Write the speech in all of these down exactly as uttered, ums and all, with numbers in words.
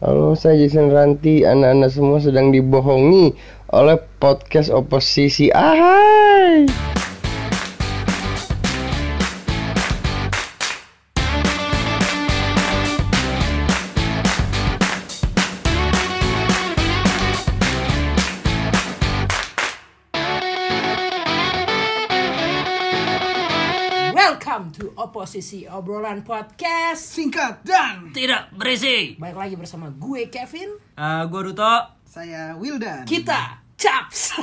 Halo, saya Jason Ranti. Anak-anak semua sedang dibohongi oleh podcast oposisi. Ahai. Welcome to Oposisi, obrolan podcast singkat dan tidak berisi. Balik lagi bersama gue Kevin, Uh, gue Ruto. saya Wildan. kita Caps.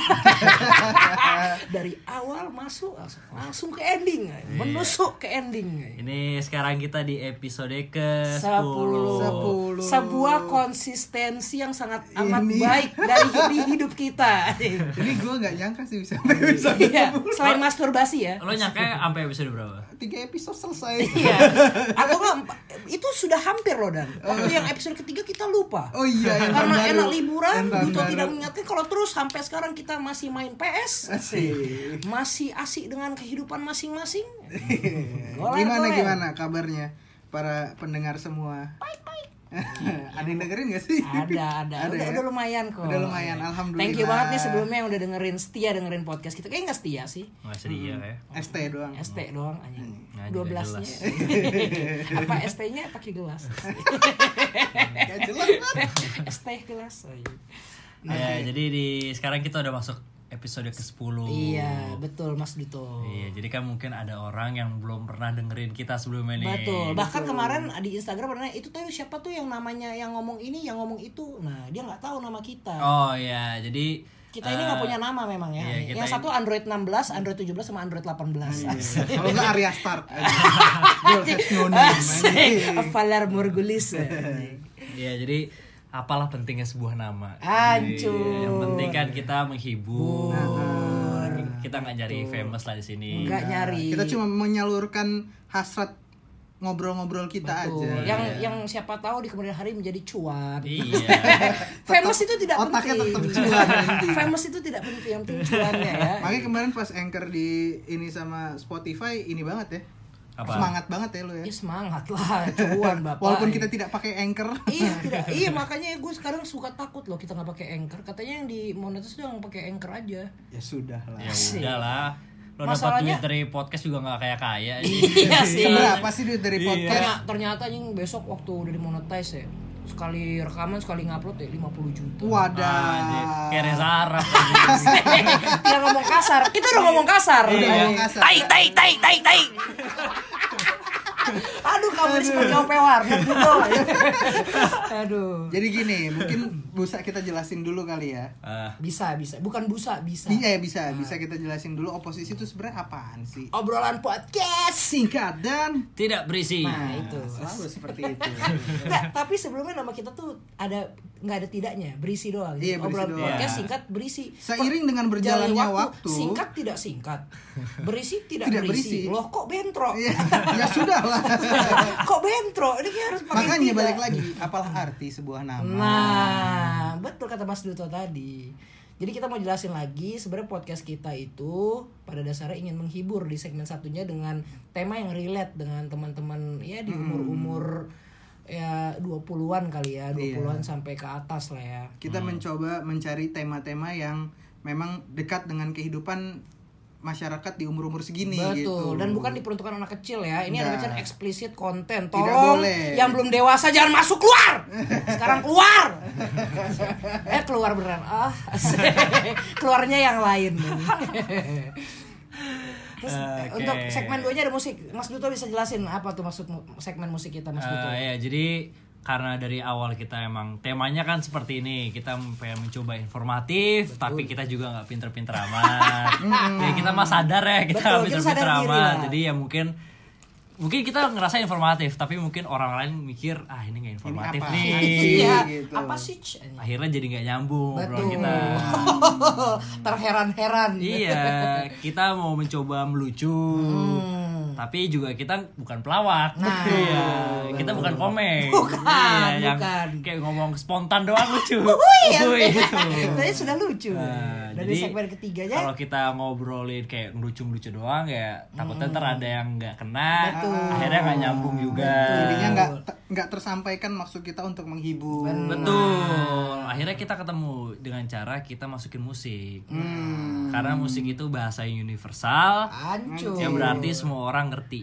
Dari awal masuk langsung, langsung ke ending, menusuk ke ending. Ini sekarang kita di episode ke Sepuluh. sepuluh. Sebuah konsistensi yang sangat amat Ini. baik dari di hidup kita. Ini gue nggak nyangka sih bisa sampai episode Iya, sepuluh. selain masturbasi ya. Lo nyangka sampai episode berapa? Tiga episode selesai. Iya. Atau enggak, itu sudah hampir loh Dan. Waktu yang episode ketiga kita lupa. Oh iya, yang Karena tahun enak baru. liburan, Yang tahun Duto baru. tidak mengingatkan. Kalau terus sampai sekarang kita masih main P S, Asik. masih asik dengan kehidupan masing-masing. Goler, Gimana goler. gimana kabarnya para pendengar semua? Baik-baik. Ada yang dengerin gak sih? Ada, ada. Ada udah, ya? udah lumayan kok. Udah lumayan, alhamdulillah. Thank you banget nih sebelumnya yang udah dengerin setia dengerin podcast kita. Kayaknya nggak setia sih. Nggak sedih ya kayak. S T doang. S T doang anjing. Nah, dua juga belasnya. jelas. Apa S T-nya pakai gelas? Gak jelas kan? S T gelas. Oh, iya. Ya, jadi di sekarang kita udah masuk episode ke sepuluh. Iya, betul Mas Duto. Iya, jadi kan mungkin ada orang yang belum pernah dengerin kita sebelumnya nih. Betul. Bahkan kemarin di Instagram pernah itu tuh siapa tuh yang namanya yang ngomong ini, yang ngomong itu. Nah, dia nggak tahu nama kita. Oh iya, jadi Kita ini nggak eh, punya nama memang ya. iya, kita yang satu Android enam belas, Android tujuh belas sama Android delapan belas. Asik. Kalau nggak Arya Stark aja. Girl has no name. Asik. Valar Morghulis. Iya, jadi apalah pentingnya sebuah nama. Hancur. Jadi, yang penting kan kita menghibur. Bur. Kita nggak nyari famous lah di sini. Nggak nyari. Kita cuma menyalurkan hasrat ngobrol-ngobrol kita Betul. aja. Yang yang siapa tahu di kemudian hari menjadi cuan. Iya. Famous itu tidak Otaknya penting. tetap cuan nanti. Famous itu tidak penting, yang penting cuannya ya. Makanya kemarin pas Anchor di ini sama Spotify ini banget ya. Apa? Semangat banget ya lu ya. Ya semangat lah, cuan Bapak. Walaupun kita tidak pakai Anchor. Iya tidak, iya makanya gue sekarang suka takut loh kita nggak pakai Anchor. Katanya yang di monetis tuh yang pakai Anchor aja. Ya sudah lah. Ya Asik. udahlah. Lo dapat Masalahnya- duit dari podcast juga nggak kayak kaya. Iya sih. Seberapa sih duit dari Iya. podcast? Ternyata, ternyata yang besok waktu udah dimonetize ya, sekali rekaman sekali ngupload ya lima puluh juta. Wadah. Kayak Reza Arab. Tinggal ngomong kasar. Kita udah ngomong kasar. Udah Iya. ngomong kasar. Tai tai tai tai tai. Aduh kamu seperti O P Warnet gitu. Aduh. Jadi gini, mungkin bisa kita jelasin dulu kali ya. Ah, Bisa bisa, bukan busa bisa. Iya ya bisa, bisa kita jelasin dulu oposisi itu sebenarnya apaan sih? Obrolan podcast. Singkat dan tidak berisi. Nah itu. selalu seperti itu. Nggak, tapi sebelumnya nama kita tuh ada nggak ada tidaknya, berisi doang. Iya, berisi Obrolan doang. podcast Iya. singkat berisi. Seiring dengan berjalannya Jalan waktu, singkat tidak singkat, berisi tidak, Tidak berisi. berisi. Loh kok bentro? Iya, ya sudah lah. Kok bentro? Ini kayak harus pakai Makanya tidak. balik lagi, apalah arti sebuah nama? Nah, betul kata Mas Duto tadi. Jadi kita mau jelasin lagi sebenarnya podcast kita itu pada dasarnya ingin menghibur di segmen satunya dengan tema yang relate dengan teman-teman ya di umur-umur ya dua puluhan kali ya, dua puluhan sampai ke atas lah ya. Kita mencoba mencari tema-tema yang memang dekat dengan kehidupan masyarakat di umur-umur segini Betul, gitu. dan bukan diperuntukkan anak kecil ya. Ini ada Enggak. bacaan eksplisit konten. Tidak Tolong boleh. yang belum dewasa jangan masuk, keluar. Sekarang keluar. eh keluar beneran. Ah, keluarnya yang lain. Terus Oke. untuk segmen dua nya ada musik. Mas Duto bisa jelasin apa tuh maksud mu- segmen musik kita Mas Duto? Eh, ya jadi karena dari awal kita emang temanya kan seperti ini, kita pengen mencoba informatif. Betul. Tapi kita juga nggak pinter-pinter amat. Ya kita mah sadar ya kita Betul, nggak kita pinter-pinter sadar diri amat. lah. Jadi ya mungkin mungkin kita ngerasa informatif, tapi mungkin orang lain mikir ah ini nggak informatif apa? nih. Iya, gitu. apa sih? C? Akhirnya jadi nggak nyambung obrolan Betul. kita. Terheran-heran. Iya, kita mau mencoba melucu. Hmm. Tapi juga kita bukan pelawak. Nah, iya. Kita bukan komeng. Bukan, iya, bukan. Yang kayak ngomong spontan doang lucu. Wih, ya. Wih, gitu. Tadi sudah lucu. Nah, Dari jadi segmen ketiganya. kalau kita ngobrolin kayak ngelucu-ngelucu doang ya takutnya ntar ada yang nggak kena, Betul. akhirnya nggak nyambung juga. Jadinya nggak nggak tersampaikan maksud kita untuk menghibur. Betul. Akhirnya kita ketemu dengan cara kita masukin musik. Hmm. Karena musik itu bahasa yang universal, Ancur. yang berarti semua orang ngerti.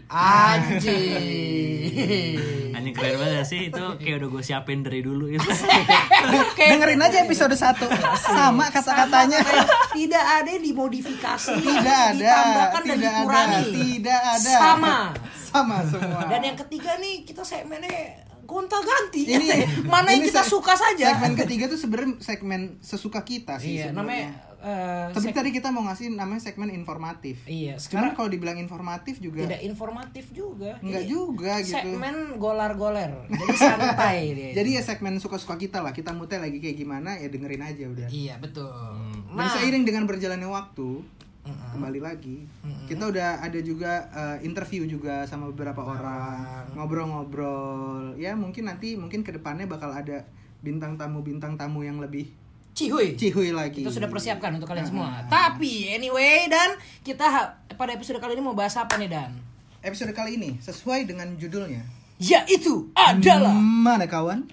Anjing. Anjing keren banget sih itu, kayak udah gue siapin dari dulu itu. Dengerin aja episode satu. Sama kata-katanya. Tidak ada yang dimodifikasi, Tidak ada. ditambahkan dan Tidak ada. dikurangi. Tidak ada. Sama. Sama semua. Dan yang ketiga nih kita segmennya gonta-ganti. Ini mana yang ini kita se- suka saja. Segmen ketiga tuh sebenarnya segmen sesuka kita sih. Iya, sebenarnya. namanya eh, Tapi seg- tadi kita mau ngasih namanya segmen informatif. Iya, Cuman sekarang kalau dibilang informatif juga tidak informatif juga. enggak Ini juga gitu. Segmen golar-goler. Jadi santai dia. Jadi ya segmen suka-suka kita lah. Kita moodnya lagi kayak gimana ya dengerin aja udah. Iya, betul. Dan Nah, seiring dengan berjalannya waktu, Mm-mm. kembali lagi, Mm-mm. kita udah ada juga eh, interview juga sama beberapa orang, ngobrol-ngobrol. Ya mungkin nanti mungkin kedepannya bakal ada bintang tamu bintang tamu yang lebih cihuy. cihuy lagi. Kita sudah persiapkan untuk kalian semua. Nah. Tapi anyway, Dan kita ha- pada episode kali ini mau bahas apa nih, Dan? Episode kali ini sesuai dengan judulnya. Yaitu adalah Mana kawan?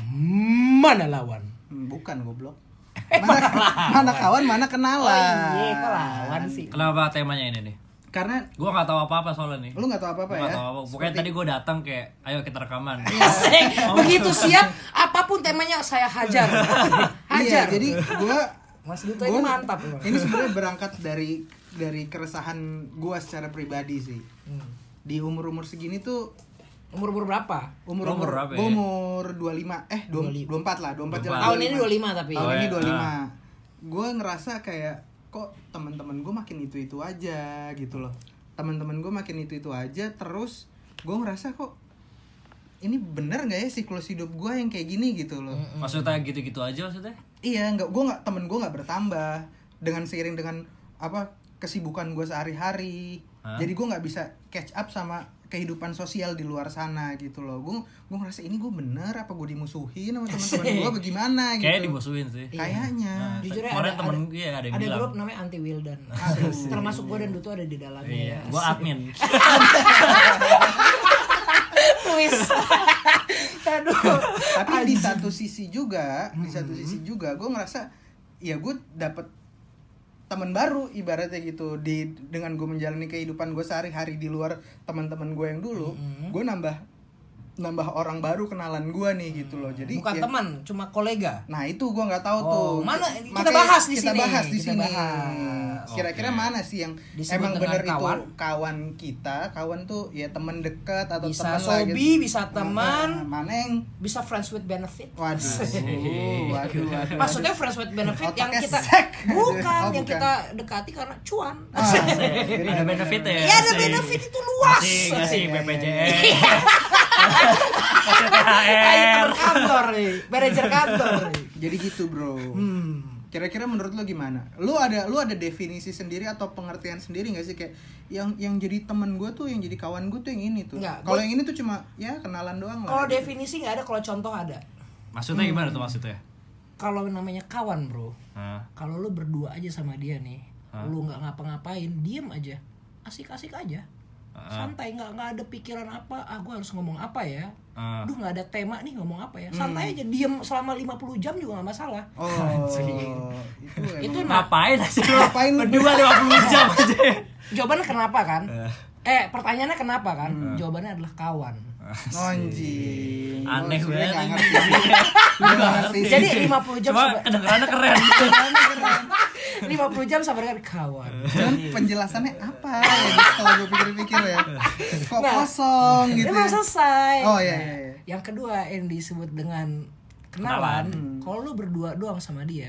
mana lawan? Hmm, bukan goblok. Mana, mana kawan, mana kenalan. Oh iya, kok lawan sih? Kenapa temanya ini nih? Karena Gue nggak tahu apa-apa soalnya nih. lu nggak tahu apa-apa Gua ya. nggak tahu apa. Pokoknya tadi gue datang kayak, ayo kita rekaman. Asik. Begitu siap, apapun temanya saya hajar. Hajar. Iya, jadi gua Mas Duto ini gua- mantap loh. Ini sebenarnya berangkat dari dari keresahan gua secara pribadi sih. Hmm. Di umur-umur segini tuh Umur-umur berapa? umur Umur umur berapa ya? gua umur dua puluh lima eh dua puluh empat lah, dua puluh empat jalan Tahun ini dua puluh lima tapi. Tahun Oh, ini ya. dua puluh lima. Gua ngerasa kayak kok teman-teman gua makin itu-itu aja gitu loh. Teman-teman gua makin itu-itu aja terus gua ngerasa kok ini bener nggak ya siklus hidup gua yang kayak gini gitu loh. Maksudnya gitu-gitu aja maksudnya? Iya, nggak, gue nggak, temen gue nggak bertambah dengan seiring dengan apa kesibukan gue sehari-hari. Hah? Jadi gue nggak bisa catch up sama kehidupan sosial di luar sana gitu loh. Gue gue ngerasa ini gue bener apa gue dimusuhin sama teman-teman gue bagaimana gitu. Kayak dimusuhin sih. Kayaknya. Nah, Jujur ya, kemarin ada- temen ada- gue ya, ada yang Ada bilang. grup namanya Anti Wildan. Termasuk gue dan Duto ada di dalamnya. Iya, ya. gue admin. Twist. Aduh. Tapi di satu sisi juga, di satu sisi juga gue ngerasa ya gue dapet teman baru ibaratnya gitu di dengan gue menjalani kehidupan gue sehari-hari di luar teman-teman gue yang dulu, gue nambah nambah orang baru kenalan gue nih gitu loh. Jadi Bukan ya- teman, cuma kolega. Nah itu gue nggak tahu Oh, tuh. mana- kita Makanya bahas di kita sini. bahas di Kita sini. bahas. Kira-kira Oke. mana sih yang Disebut emang dengan bener kawan? itu kawan kita, kawan tuh ya teman dekat atau Bisa teman lah sobi, gitu. bisa teman. Nah, mana yang Bisa friends with benefit. waduh, waduh, waduh. Maksudnya friends with benefit yang Otaknya kita sek. bukan Oh, yang bukan. kita dekati karena cuan. Ah, jadi Ada benefit ya? Iya, ada Asik. benefit itu luas. Asik, asik, Iya, B P J iya, S. Masih T H Kayak R. teman kantor nih, manajer kantor nih. Jadi gitu bro. Hmm. Kira-kira menurut lo gimana? Lu ada lu ada definisi sendiri atau pengertian sendiri nggak sih kayak yang yang jadi temen gue tuh, yang jadi kawan gue tuh yang ini tuh. Nggak, Kalau gua- yang ini tuh cuma ya kenalan doang lah. Kalau gitu. definisi nggak ada, kalau contoh ada. Maksudnya gimana tuh maksudnya? Kalau namanya kawan bro, Hah? kalau lu berdua aja sama dia nih, Hah? lu nggak ngapa-ngapain, diem aja, asik-asik aja, Ah. santai, nggak nggak ada pikiran apa, ah gue harus ngomong apa ya, Ah. aduh nggak ada tema nih ngomong apa ya, santai aja, diem selama lima puluh jam juga nggak masalah. Oh, itu emang. Itu nah, Ngapain aja lu? Ngapain lu? Berdua lima puluh jam aja. jawabannya kenapa kan? Eh pertanyaannya kenapa kan? Jawabannya adalah kawan. Anjing. Aneh Lu sebenarnya banget nggak ini. ngerti. Lu nggak ngerti. Jadi lima puluh jam Cuma sama- kedengerannya keren. lima puluh jam sama dengan kawan. Cuman penjelasannya apa ya kalau gue pikir-pikir ya. Kok Nah, kosong gitu. Itu ya. belum selesai. Oh iya iya. iya. Yang kedua yang disebut dengan kenalan, Kenalan. kalau lu berdua doang sama dia,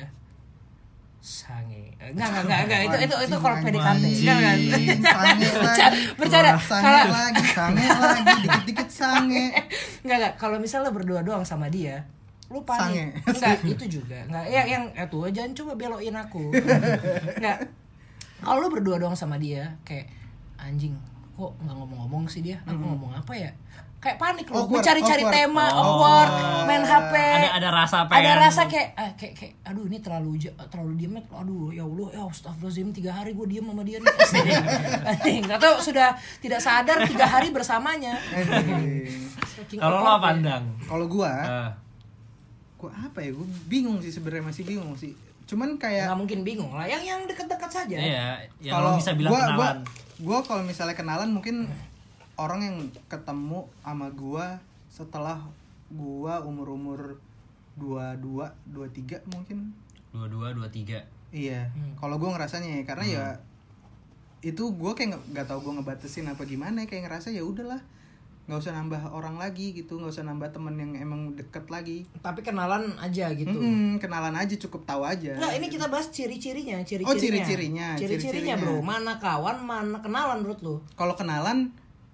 sange. Enggak enggak enggak, enggak. itu itu itu kalau P D K T. Anjing, Enggak kan? sange lagi. Bercanda. Sange Kalau- lagi, sange lagi, dikit-dikit sange. Enggak enggak, kalau misalnya berdua doang sama dia, lu panik. Sange. Enggak, itu juga. Enggak, yang yang eh tuh jangan coba belokin aku. Enggak. Kalau lu berdua doang sama dia, kayak anjing, kok nggak ngomong-ngomong sih dia, aku hmm. ngomong apa ya, kayak panik loh, Awkward, gue cari-cari awkward. tema, Oh. awkward, main H P, Ada ada rasa ada pengen. rasa kayak, ah, kayak kayak, aduh ini terlalu ja- terlalu diam, aduh ya Allah, ya astagfirullahaladzim tiga hari gue diam sama dia nih, nggak tahu sudah tidak sadar tiga hari bersamanya. Saking Kalau lo awkward apa ya. Andang? Kalau gua, Eh, gua apa ya? Gua bingung sih sebenarnya, masih bingung sih. Cuman kayak nggak mungkin bingung lah, yang yang dekat-dekat saja. iya, yang kalau lo bisa bilang gua, gua, kenalan. gua kalau misalnya kenalan mungkin orang yang ketemu sama gua setelah gua umur-umur dua puluh dua, dua puluh tiga mungkin. dua puluh dua, dua puluh tiga. Iya. Hmm. Kalau gua ngerasanya ya, karena Hmm. ya itu gua kayak nggak- nggak tahu gua ngebatasin apa gimana, kayak ngerasa ya udahlah, nggak usah nambah orang lagi gitu, nggak usah nambah temen yang emang deket lagi. Tapi kenalan aja gitu. Mm-mm, kenalan aja, cukup tahu aja. Enggak, ini kita bahas ciri-cirinya, ciri-cirinya. Oh, ciri-cirinya, Ciri-cirinya, ciri-cirinya. Bro. Mana kawan, mana kenalan menurut lu? Kalau kenalan,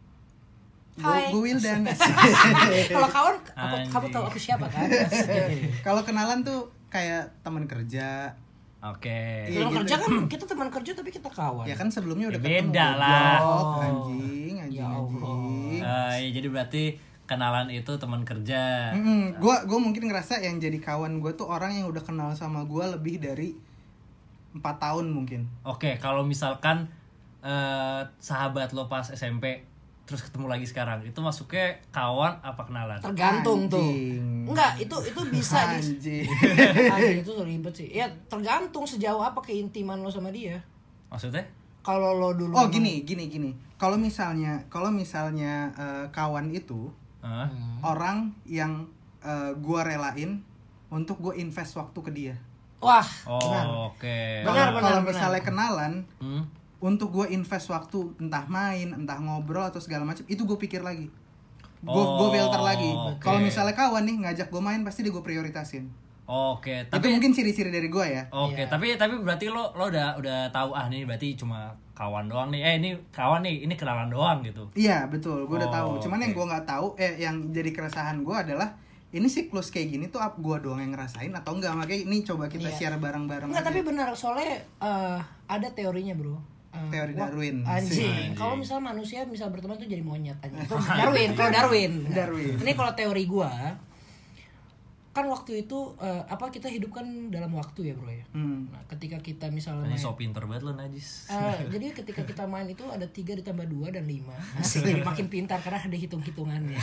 Hai. gue Wildan. Kalau kawan, aku, Anjing. kamu tahu aku siapa kan? Kalau kenalan tuh kayak teman kerja. Oke. Iya, Teman gitu. kerja kan kita teman kerja tapi kita kawan. Ya kan sebelumnya udah Ya ketemu. beda lah. goblok. Oh. Anjing, anjing, Ya Allah. anjing. Eh, ya, jadi berarti kenalan itu teman kerja. Mm-mm. Gua gua mungkin ngerasa yang jadi kawan gue tuh orang yang udah kenal sama gue lebih dari empat tahun mungkin. Oke, kalau misalkan eh, sahabat lo pas S M P terus ketemu lagi sekarang, itu masuknya kawan apa kenalan? Tergantung tuh. Anjing. Enggak, itu itu bisa di Anjing. Anjing, itu ribet sih. Ya tergantung sejauh apa keintiman lo sama dia. Maksudnya? Kalau lo dulu Oh emang- gini gini gini. Kalau misalnya kalau misalnya eh, kawan itu Hah? orang yang eh, gua relain untuk gue invest waktu ke dia. Wah, Oh, benar. oke. Benar, Kalau benar, kalau benar. misalnya kenalan Hmm? untuk gue invest waktu entah main, entah ngobrol atau segala macam, itu gue pikir lagi. Gue Oh, gue filter lagi. oke. Kalau misalnya kawan nih ngajak gue main, pasti dia gue prioritasin. Oke, Itu tapi mungkin ciri-ciri dari gue ya. Oke, Iya. tapi tapi berarti lo lo udah udah tahu ah nih berarti cuma kawan doang nih. Eh ini kawan nih, ini kenalan doang gitu. Iya betul, gue udah Oh, tahu. Cuman oke. yang gue nggak tahu, eh yang jadi keresahan gue adalah ini siklus kayak gini tuh up gue doang yang ngerasain atau enggak? Makanya ini coba kita Iya. share bareng-bareng. Enggak, aja. tapi benar soalnya eh, ada teorinya, Bro. Eh, Teori wah, Darwin. Anjing. Anjing. Kalau misal manusia bisa berteman tuh jadi monyet anjing. Itu Darwin, kalau Darwin. Darwin. Ini kalau teori gua kan waktu itu eh, apa kita hidup kan dalam waktu ya, Bro ya. Hmm. Nah, ketika kita misalnya Ini main, so pinter banget lo Najis. Eh, jadi ketika kita main itu ada tiga ditambah dua dan lima. Asik, jadi makin pintar karena ada hitung-hitungannya.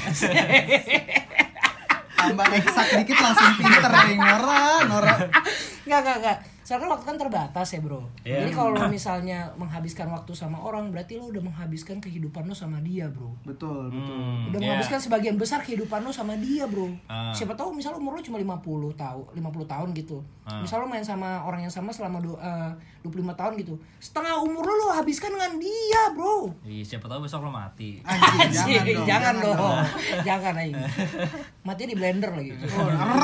Tambah eksak dikit langsung pinter nih, Nora, Nora. Enggak, enggak, enggak. Soalnya kan waktu kan terbatas ya, Bro. Iya. Jadi kalau lo misalnya menghabiskan waktu sama orang, berarti lo udah menghabiskan kehidupan lo sama dia, Bro. Betul, betul. Hmm, Udah ya. menghabiskan sebagian besar kehidupan lo sama dia, Bro. Ah. Siapa tahu misal umur lo cuma lima puluh tahun, lima puluh tahun gitu. Ah. Misal lo main sama orang yang sama selama du- eh, dua puluh lima tahun gitu. Setengah umur lo lo habiskan dengan dia, Bro. Iya, siapa tahu besok lo mati. Anjing, Anjing, jangan dong. jangan dong. Jangan aja. Matinya di blender lagi. Oh,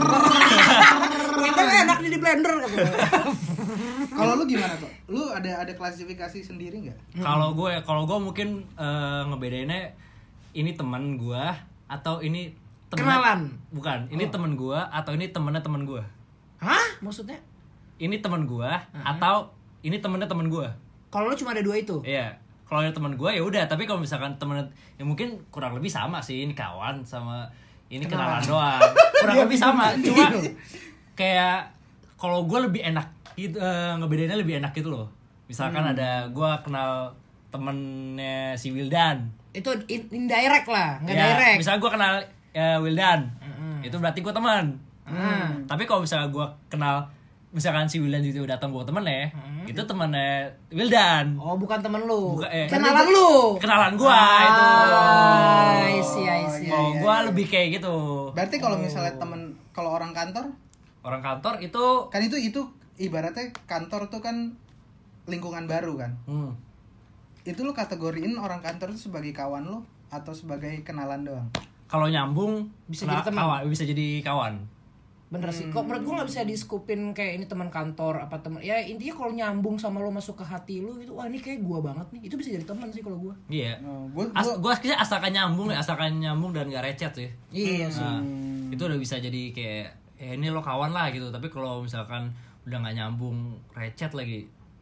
Kita enak di blender gitu. kalau lu gimana kok? Lu ada ada klasifikasi sendiri nggak? Kalau gue, kalau gue mungkin eh, ngebedainnya ini teman gue atau ini temen- Kenalan. Bukan, ini teman gue atau ini temennya teman gue. Hah? Maksudnya? Ini teman gue atau ini temennya teman gue. Kalau lo cuma ada dua itu? Iya. Kalau ada teman gue ya udah, tapi kalau misalkan temen ya mungkin kurang lebih sama sih, ini kawan sama ini kenalan, doang. Kurang lebih sama, cuma kayak kalau gue lebih enak gitu, eh, ngebedainnya lebih enak gitu loh. Misalkan ada gue kenal temennya si Wildan. Itu in- indirect lah, nggak Ya, direct. misalnya gue kenal eh, Wildan, Mm-mm. itu berarti gue teman. Mm. Tapi kalau misalnya gue kenal, misalkan si Wildan itu datang gue temen ya, itu temennya Wildan. Oh, bukan temen lu. Bukan, eh. Kenalan lu. Kenalan gua itu. Ah, I see, I see. Kalau iya, gua iya. lebih kayak gitu. Berarti kalau misalnya temen, kalau orang kantor, Orang kantor itu kan itu itu ibaratnya kantor tuh kan lingkungan baru kan. hmm, Itu lu kategoriin orang kantor itu sebagai kawan lu atau sebagai kenalan doang? kalau nyambung Bisa kena- jadi teman. kawan, bisa jadi kawan. Bener sih. Kok menurut gue nggak bisa diskupin kayak ini teman kantor apa teman. Ya intinya kalau nyambung sama lo masuk ke hati lo gitu, wah ini kayak gua banget nih. Itu bisa jadi teman sih kalau gua. Iya. Oh, gua, As, gua, gua akhirnya asalkan nyambung ya, asalkan nyambung dan gak recet sih. Iya sih. Nah, itu udah bisa jadi kayak eh, ini lo kawan lah gitu. Tapi kalau misalkan udah nggak nyambung, recet lagi,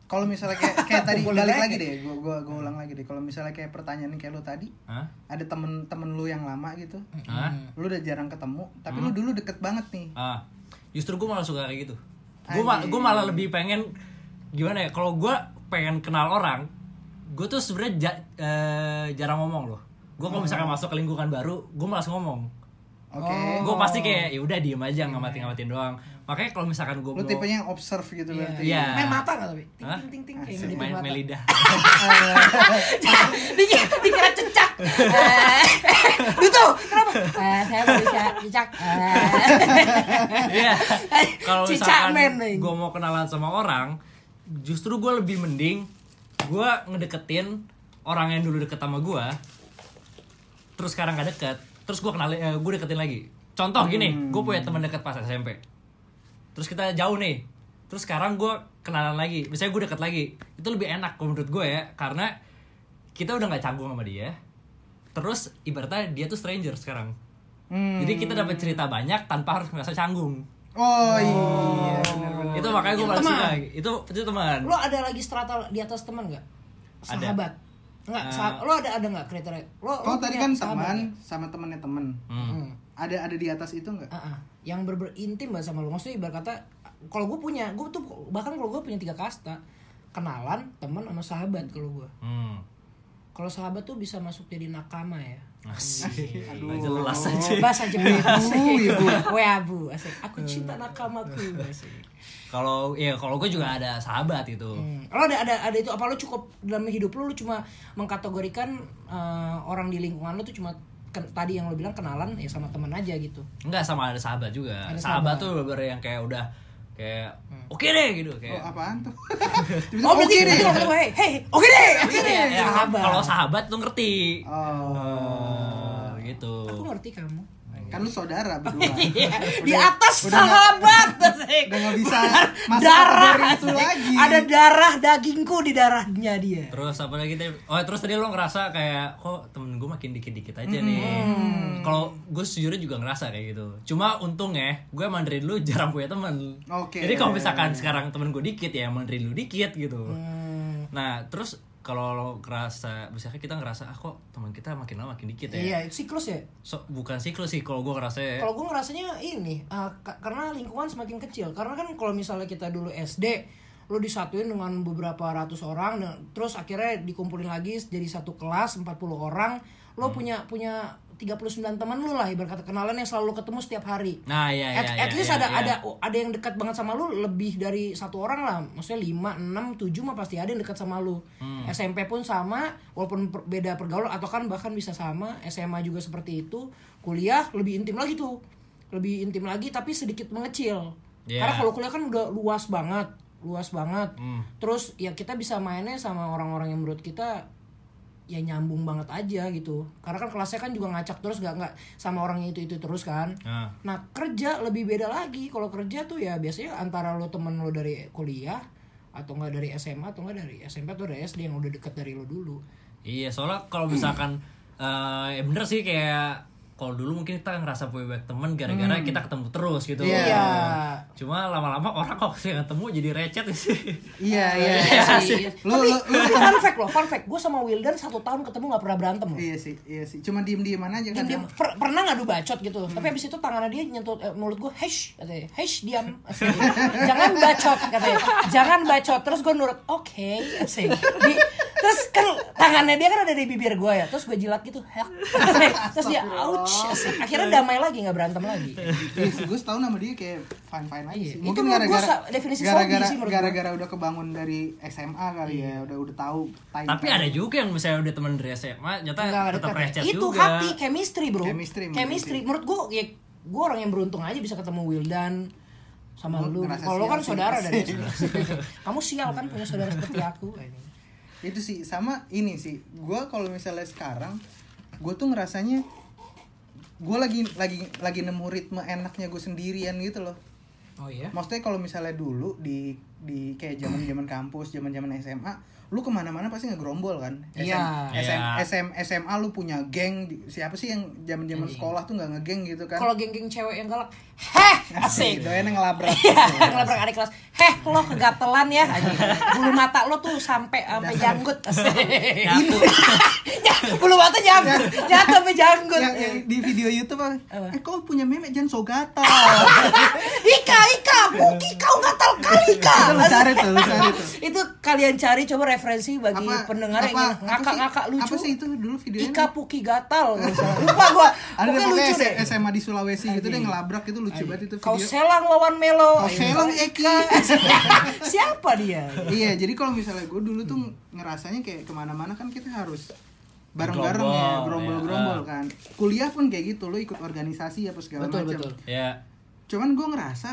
Kalau misalnya kayak kayak tadi Boleh balik lagi. lagi deh, gua gua gua ulang lagi deh. Kalau misalnya kayak pertanyaan kayak lu tadi, Hah? ada temen-temen lu yang lama gitu, Hah? lu udah jarang ketemu, tapi lu dulu deket banget nih. Ah, justru gue malah suka kayak gitu. Gue ma- Anjing. gue malah lebih pengen gimana ya? Kalau gue pengen kenal orang, gue tuh sebenarnya ja- eh, jarang ngomong loh. Gue kalau misalkan masuk ke lingkungan baru, gue malas ngomong. Oke. Gue pasti kayak ya udah diem aja ngamatin-ngamatin doang. Makanya kalau misalkan gue Lu mau tipenya yang observe gitu Iya. berarti. Iya. Main mata nggak tapi? Ting Hah? ting ting ting kayak Asik. ngedipin main mata. main lidah. Dikira dikira cecak. Eh, Lu tuh kenapa? Eh, saya mau bisa cecak. Iya. Kalau Cicak misalkan men, nih. gue mau kenalan sama orang, justru gue lebih mending gue ngedeketin orang yang dulu deket sama gue, terus sekarang gak deket, terus gue kenalin, eh, gue deketin lagi. Contoh gini, gue punya teman deket pas S M P, terus kita jauh nih, terus sekarang gue kenalan lagi, misalnya gue deket lagi, itu lebih enak menurut gue ya, karena kita udah nggak canggung sama dia, terus ibaratnya dia tuh stranger sekarang. Hmm. Jadi kita dapat cerita banyak tanpa harus merasa canggung. Oh iya, benar-benar. Itu makanya gue Itu paling teman. suka. Itu itu teman. Lo ada lagi strata di atas teman nggak? Ada. Sahabat. Enggak, Eh. sah- lo ada ada nggak kriteria? Lo Kalau lo tadi punya kan sahabat teman nggak? sama temennya temen. Hmm. Hmm. Ada ada di atas itu nggak? Ah, ah. Yang berber intim banget sama lo. Maksudnya ibarat kata kalau gue punya, gue tuh bahkan kalau gue punya tiga kasta. Kenalan, teman sama sahabat kalau gue. Hmm. Kalau sahabat tuh bisa masuk jadi nakama ya. Asik. Aduh. Nggak jelas aja. Bahasa Jepang. Ibu, ibu. Weabu, asik. Aku cinta nakamaku. Asik. Kalau ya kalau gue juga ada sahabat itu. Hmm. Lo ada ada ada itu apa lo cukup dalam hidup lo lo cuma mengkategorikan eh, orang di lingkungan lo tuh cuma ken- tadi yang lo bilang kenalan ya sama teman aja gitu. Enggak, sama ada sahabat juga. Ada sahabat, sahabat. tuh bener-bener yang kayak udah kayak oke deh gitu Oh, kayak. apaan tuh? Oh berarti Oke berarti deh. lo ketemu hey hey oke deh oke deh Ya, ya, sahabat. Kalau sahabat tuh ngerti. Oh. Oh, gitu. Aku ngerti kamu. Kan lu saudara berdua. Di atas udah nggak- sahabat asik. Udah nggak bisa masuk Darah kategori itu asik. lagi. Ada darah dagingku di darahnya dia. Terus apa lagi tadi? Oh, terus tadi lo ngerasa kayak kok temen gue makin dikit-dikit aja nih. Hmm. Kalau gue sejujurnya juga ngerasa kayak gitu. Cuma untungnya gue emang dari dulu jarang punya temen. Oke. Jadi kalau misalkan sekarang temen gue dikit ya emang dari dulu dikit gitu. Hmm. Nah terus kalau lo ngerasa, misalnya kita ngerasa ah kok teman kita makin lama makin dikit ya. Iya, itu siklus ya. So, bukan siklus sih kalau gue ngerasa ya. Kalau gue ngerasanya ini uh, ka- karena lingkungan semakin kecil. Karena kan kalau misalnya kita dulu S D, lo disatuin dengan beberapa ratus orang, dan terus akhirnya dikumpulin lagi jadi satu kelas empat puluh orang. Lo Hmm. punya punya tiga puluh sembilan teman lo lah ibarat kata kenalan yang selalu ketemu setiap hari. Nah iya iya. At, iya, at least iya, ada iya. ada ada yang dekat banget sama lu lebih dari satu orang lah, maksudnya lima, enam, tujuh mah pasti ada yang dekat sama lu. Hmm. S M P pun sama, walaupun per- beda pergaulan atau kan bahkan bisa sama. S M A juga seperti itu. Kuliah lebih intim lagi tuh, lebih intim lagi tapi sedikit mengecil. Yeah. Karena kalau kuliah kan udah luas banget, luas banget. Hmm. Terus ya kita bisa mainnya sama orang-orang yang menurut kita ya nyambung banget aja gitu. Karena kan kelasnya kan juga ngacak terus, nggak nggak sama orangnya itu itu terus kan. Nah. Nah kerja lebih beda lagi. Kalau kerja tuh ya biasanya antara lo temen lo dari kuliah atau enggak dari S M A atau enggak dari S M P atau dari S D yang udah deket dari lo dulu. Iya, soalnya kalau misalkan eh ya bener sih kayak kalau dulu mungkin kita ngerasa punya banyak temen gara-gara kita ketemu terus gitu. Iya. Cuma lama-lama orang kok sih ketemu jadi recet sih. Iya, iya. Iya sih. Lu Tapi lu lu tapi fun fact loh, fun fact. Gue sama Wildan satu tahun ketemu nggak pernah berantem loh. Iya sih, iya sih. Cuma diem-dieman aja kan. Dia, dia per- pernah ngadu bacot gitu, tapi abis itu tangannya dia nyentuh eh, mulut gue, hesh, katanya, hesh diam, asik. Jangan bacot, katanya, jangan bacot. Terus gue nurut, oke, asik. Di, terus kan tangannya dia kan ada di bibir gue ya, terus gue jilat gitu, hek. Terus dia, ouch, asik. Akhirnya damai lagi, nggak berantem lagi. Iya sih, gue setahun sama dia kayak fine-fine aja Iya, sih. itu Mungkin menurut gua gara-gara sa- definisi gara-gara sobi sih menurut gua. gara-gara udah kebangun dari S M A kali ya, udah udah tahu time. Tapi ada juga yang misalnya udah temen dari S M A, Nggak nyata tetap dekat ya. recet Itu juga. hati, chemistry bro. Chemistry, menurut Chemistry. Menurut gue, ya gue orang yang beruntung aja bisa ketemu Wildan sama Lu lu. ngerasa Kalau lu kan sial sih. saudara dari S D. Kamu sial kan punya saudara seperti aku. Itu sih sama ini sih. Gua kalau misalnya sekarang gue tuh ngerasanya gue lagi lagi lagi nemu ritme enaknya gue sendirian gitu loh. Oh iya. Maksudnya kalau misalnya dulu di di kayak zaman zaman kampus, zaman zaman S M A, lu kemana-mana pasti ngegerombol kan. Iya. S M, Iya. S M, S M A lu punya geng. Siapa sih yang zaman zaman sekolah tuh nggak ngegeng gitu kan? Kalau geng-geng cewek yang galak, heh, asik. Doyan yang ngelabrak. Iya, ngelabrak adik kelas. heh lo kegatelan ya anjing. Bulu mata lo tuh sampai sampai janggut. Nyatu. Bulu mata janggut. Nyatu sampai janggut. Yang, yang di video YouTube apa? Eh kau punya memek jangan so gatal. Ika, Ika, Puki kau gatal kali Ika. Itu lu cari tuh, lu cari tuh. Itu kalian cari coba referensi bagi Apa- pendengar yang apa- ingin apa ngakak-ngakak sih- lucu. Apa sih itu dulu videonya? Ika Puki gatal. nggak salah. Lupa gua. Ada Pokoknya pokoknya lucu deh. S M A di Sulawesi gitu dia ngelabrak itu lucu banget itu Kau video. selang lawan Melo. Kau selang Eki. Siapa dia? Iya, jadi kalau misalnya gue dulu tuh ngerasanya kayak kemana-mana kan kita harus bareng-bareng ya, Gerombol, gerombol-gerombol ya. kan. Kuliah pun kayak gitu, lo ikut organisasi apa segala Betul, macam. betul. Ya. Cuman gue ngerasa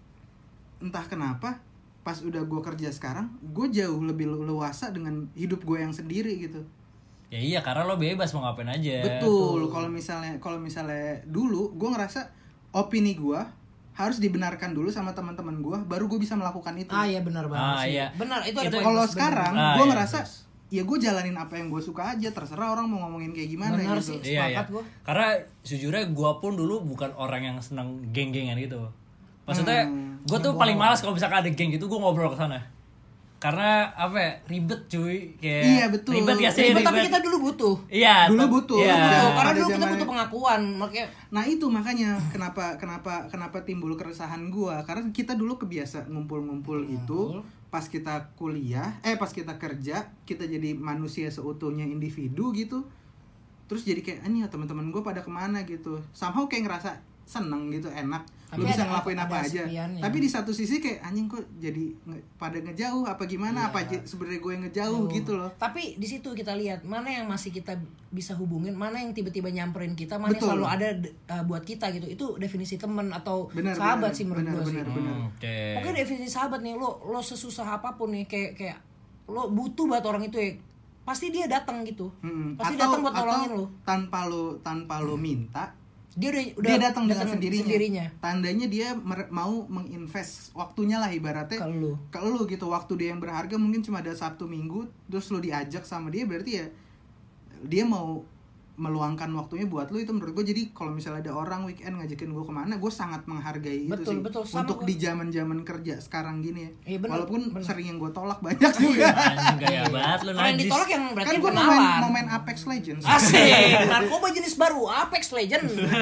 entah kenapa pas udah gue kerja sekarang, gue jauh lebih luasa dengan hidup gue yang sendiri gitu. Ya iya karena lo bebas mau ngapain aja. Betul. Kalau misalnya kalau misalnya dulu gue ngerasa opini gue harus dibenarkan dulu sama teman-teman gue, baru gue bisa melakukan itu. Ah iya benar banget Ah, sih. iya. Benar itu ada Itu- poin Kalau plus, benar. sekarang Ah, gue iya, ngerasa terus. ya gue jalanin apa yang gue suka aja, terserah orang mau ngomongin kayak gimana Benar gitu. sih. Iya, iya. Sepakat gua. Karena sejujurnya gue pun dulu bukan orang yang senang geng-gengan gitu. Maksudnya Hmm. gue tuh paling malas kalau misalkan ada geng gitu gue ngobrol ke sana. Karena apa ya, ribet cuy kayak Iya, betul. ribet gak sih? Ribet, tapi kita dulu butuh. Iya Dulu tep- butuh, iya. dulu butuh. Tuh, karena pada dulu kita zamannya- butuh pengakuan, makanya Nah itu makanya kenapa kenapa kenapa timbul keresahan gue, karena kita dulu kebiasa ngumpul-ngumpul itu pas kita kuliah, eh pas kita kerja kita jadi manusia seutuhnya individu gitu, terus jadi kayak ah, nih teman-teman gue pada kemana gitu, somehow kayak ngerasa seneng gitu, enak. Tapi Lu bisa ada- ngelakuin ada apa aja. sepiannya. Tapi di satu sisi kayak anjing kok jadi nge- pada ngejauh apa gimana, Iya. apa aja sebenarnya gue yang ngejauh gitu loh. Tapi di situ kita lihat mana yang masih kita bisa hubungin, mana yang tiba-tiba nyamperin kita, mana yang Betul. selalu ada uh, buat kita gitu. Itu definisi teman atau Benar, sahabat benar, sih menurut benar, gue sih. benar, benar. Hmm, Oke. Oke definisi sahabat nih, lo lo sesusah apapun nih kayak kayak lo butuh banget orang itu ya, pasti dia datang gitu. Mm-mm. Pasti Atau- datang buat nolongin atau lo. tanpa lo tanpa lo minta, Dia udah udah dia datang dengan datang sendirinya. sendirinya. Tandanya dia mer- mau menginvest waktunya lah ibaratnya Ke lu. ke lu gitu. Waktu dia yang berharga mungkin cuma ada Sabtu Minggu, terus lu diajak sama dia, berarti ya dia mau meluangkan waktunya buat lu. Itu menurut gue, jadi kalau misalnya ada orang weekend ngajakin gue kemana, gue sangat menghargai Betul, itu sih. betul, sama untuk gua. di zaman zaman kerja sekarang gini ya. Iya, bener, walaupun bener. sering yang gue tolak banyak juga. Anjing gaya banget lu Kalau yang najis. ditolak yang berarti Kan gue mau kenalan. main, mau main Apex Legends. Asik, narkoba jenis baru Apex Legend.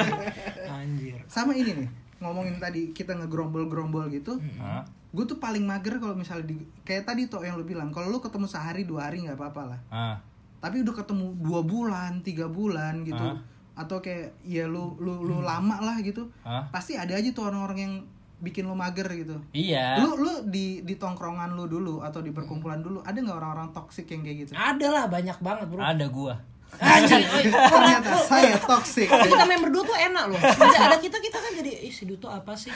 Anjir. Sama ini nih, ngomongin tadi kita ngegrombol-grombol gitu. Hah? Gue tuh paling mager kalau misalnya di, kayak tadi tuh yang lu bilang, kalau lu ketemu sehari dua hari nggak apa-apa lah, Ah. tapi udah ketemu dua bulan tiga bulan gitu, Hah? atau kayak ya lu lu lu lama lah gitu, Hah? pasti ada aja tuh orang-orang yang bikin lu mager gitu. Iya. Lu lu di di tongkrongan lu dulu atau di perkumpulan dulu ada nggak orang-orang toksik yang kayak gitu? Ada lah banyak banget bro. Ada gua. Anjir. Ternyata saya toksik. Kalau kita main berdua tuh enak loh. Ada, ada kita kita kan jadi ih si Duto apa sih?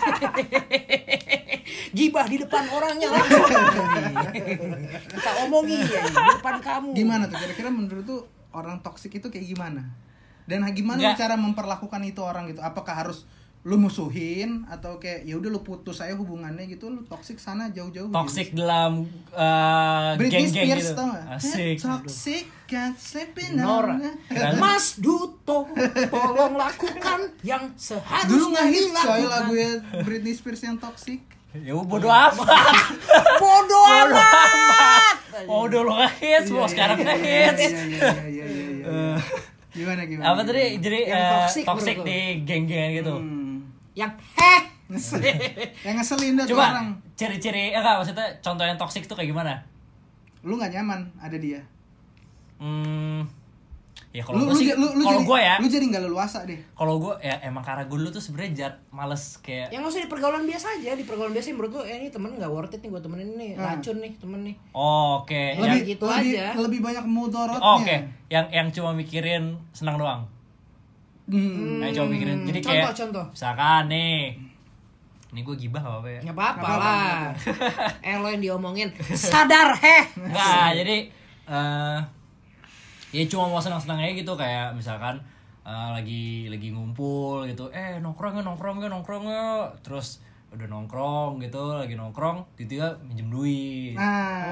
Gibah di depan orangnya langsung. Kita omongin ya, di depan kamu. Gimana tuh kira-kira menurut tuh orang toksik itu kayak gimana? Dan gimana Nggak. cara memperlakukan itu orang gitu? Apakah harus lu musuhin atau kayak ya udah lu putus saya hubungannya gitu, lu toksik sana jauh-jauh Toxic gitu. dalam uh, Britney geng-geng Spears gitu. tau gak? Asik. Toxic got sleeping Nora. on. Mas Duto, tolong lakukan yang seharusnya Dulu nggak hits coy dilakukan. lagu Britney Spears yang toxic. Ya bodo amat. Bodoh amat. Oh udah lo ngehits, mau sekarang ngehits. Iya iya iya iya iya. iya. Gimana gimana? Apa tadi jadi Yang eh, toxic toxic menurut di geng-geng gitu. Hmm. Yang heh. Yang ngeselin dah tuh Coba orang. ciri-ciri ya enggak maksudnya contoh yang toxic tuh kayak gimana? Lu nggak nyaman ada dia. Hmm. Ya Lu kalau lu, gue sih, lu, lu kalau jadi- gue ya, Lu jadi nggak leluasa deh. kalau gue ya emang karena gue dulu tuh sebenarnya jat males kayak Yang nggak usah di pergaulan biasa aja, di pergaulan biasa menurut gue eh, ini temen nggak worth it nih gue temenin nih, Hmm. racun nih temen nih. oh, oke. Lebih- Yang- gitu lebih, aja. lebih banyak mudorotnya. Oh, oke. Yang yang cuma mikirin senang doang. Hmm. Yang cuma mikirin. Jadi Contoh, kayak contoh. misalkan nih. Ini gue gibah gak apa-apa ya? Nggak apa-apa Nggak apa-apa, lah. Eh lo yang diomongin sadar heh. Enggak, jadi eh ya cuma mau senang-senang aja gitu kayak misalkan eh, lagi lagi ngumpul gitu, eh nongkrong ya nongkrong ya nongkrong ya, terus udah nongkrong gitu, lagi nongkrong, tiba-tiba minjem duit. Nah.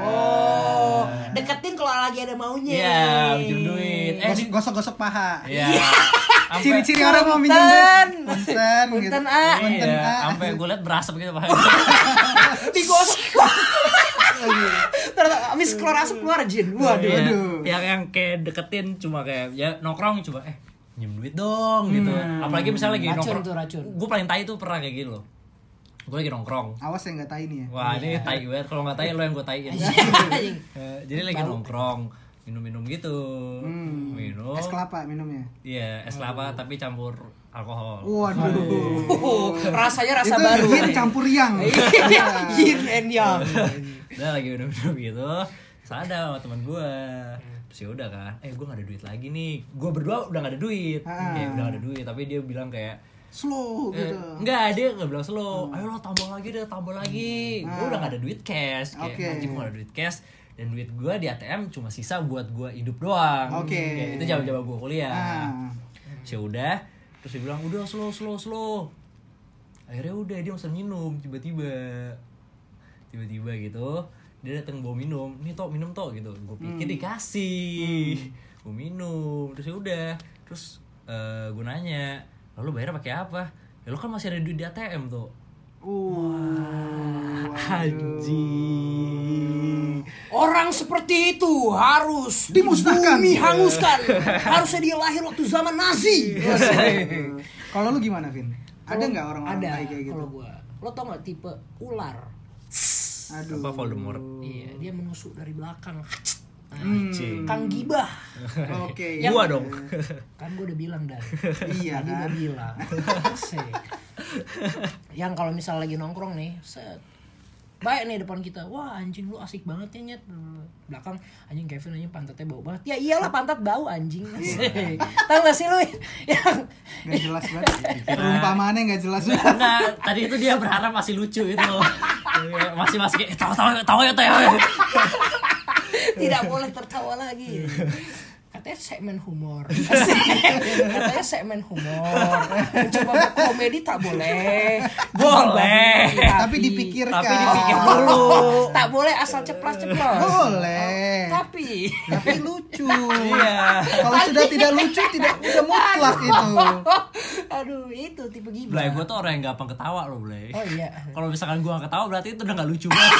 Ciri-ciri orang mau minjem Punten. duit. Punten gitu. Punten, ah. Punten, Iya, ah. sampai gue liat berasap gitu Pak. Digosok. Ternyata abis keluar asap keluar jin. Waduh. Iya, Aduh. yang yang kayak deketin cuma kayak ya nongkrong coba eh minjem duit dong gitu. Apalagi misalnya lagi Racun nongkrong. tuh, racun. Gue paling tai tuh pernah kayak gitu loh. Gue lagi nongkrong. Awas ya nggak tahu ini ya. Wah ini tai banget. Kalau nggak tai lo yang gue taiin. Anjing. Eh, Jadi lagi nongkrong minum-minum gitu. Hmm. Minum. Es kelapa minumnya. Iya es kelapa tapi campur alkohol. Waduh. Oh, rasanya rasa Itu baru. yin campur yang. Iya, yin and yang. Udah lagi minum-minum gitu. Sadar sama teman gue. Terus ya udah kan. Eh gue nggak ada duit lagi nih. Gue berdua udah nggak ada duit. Ah. Kayak udah nggak ada duit. Tapi dia bilang kayak Slow Eh, gitu. enggak, dia enggak bilang slow. Ayo lo tambah lagi deh, tambah lagi. Gue Ah. udah gak ada duit cash. Kayak Oke. anjing gue gak ada duit cash. Dan duit gue di A T M cuma sisa buat gue hidup doang. Oke. Kayak itu jam-jam gue kuliah. Ah. Ya udah, terus dia bilang udah slow slow slow. Akhirnya udah dia langsung minum tiba-tiba. Tiba-tiba gitu. Dia datang bawa minum. Nih tok minum tok gitu. Gue pikir dikasih. Gue minum. Terus ya udah. Terus eh, gue nanya, lalu bayar pakai apa? Ya lo kan masih ada duit di A T M tuh. Uh. Anjing. Orang seperti itu harus Dimusnahkan. bumi hanguskan. Harusnya dia lahir waktu zaman Nazi. Kalau lu gimana, Vin? Ada nggak orang-orang Ada tai kayak gitu? kalau gua. Lo tau gak tipe ular? Aduh. Apa Voldemort? Iya, dia menusuk dari belakang. Nah, Anjing. Kang Gibah. Oke. Yang- Gua dong. Kan gue udah bilang dan Iya tadi kan? udah bilang. Asik. Yang kalau misal lagi nongkrong nih, set baik nih depan kita, wah anjing lu asik banget ya Nyet. Belakang anjing Kevin anjing pantatnya bau banget. Ya iyalah pantat bau anjing. Asik. Tahu gak sih lu yang Nggak jelas banget. Perumpamaannya nggak jelas banget. Nah, tadi itu dia berharap masih lucu itu. Masih masih kayak tahu tahu tahu ya tahu. tidak boleh tertawa lagi. Katanya segmen humor. Asik. Katanya segmen humor. Mencoba berkomedi tak boleh. Boleh. Tapi dipikirkan. Tapi dipikir dulu. Tak boleh asal ceplos-ceplos. Boleh. Tapi Tapi lucu. Iya. Kalau sudah tidak lucu, tidak udah mutlak itu. aduh itu tipe gibah. Blay, gue tuh orang yang gampang ketawa loh, Blay. Oh iya. Kalau misalkan gue gak ketawa berarti itu udah gak lucu banget.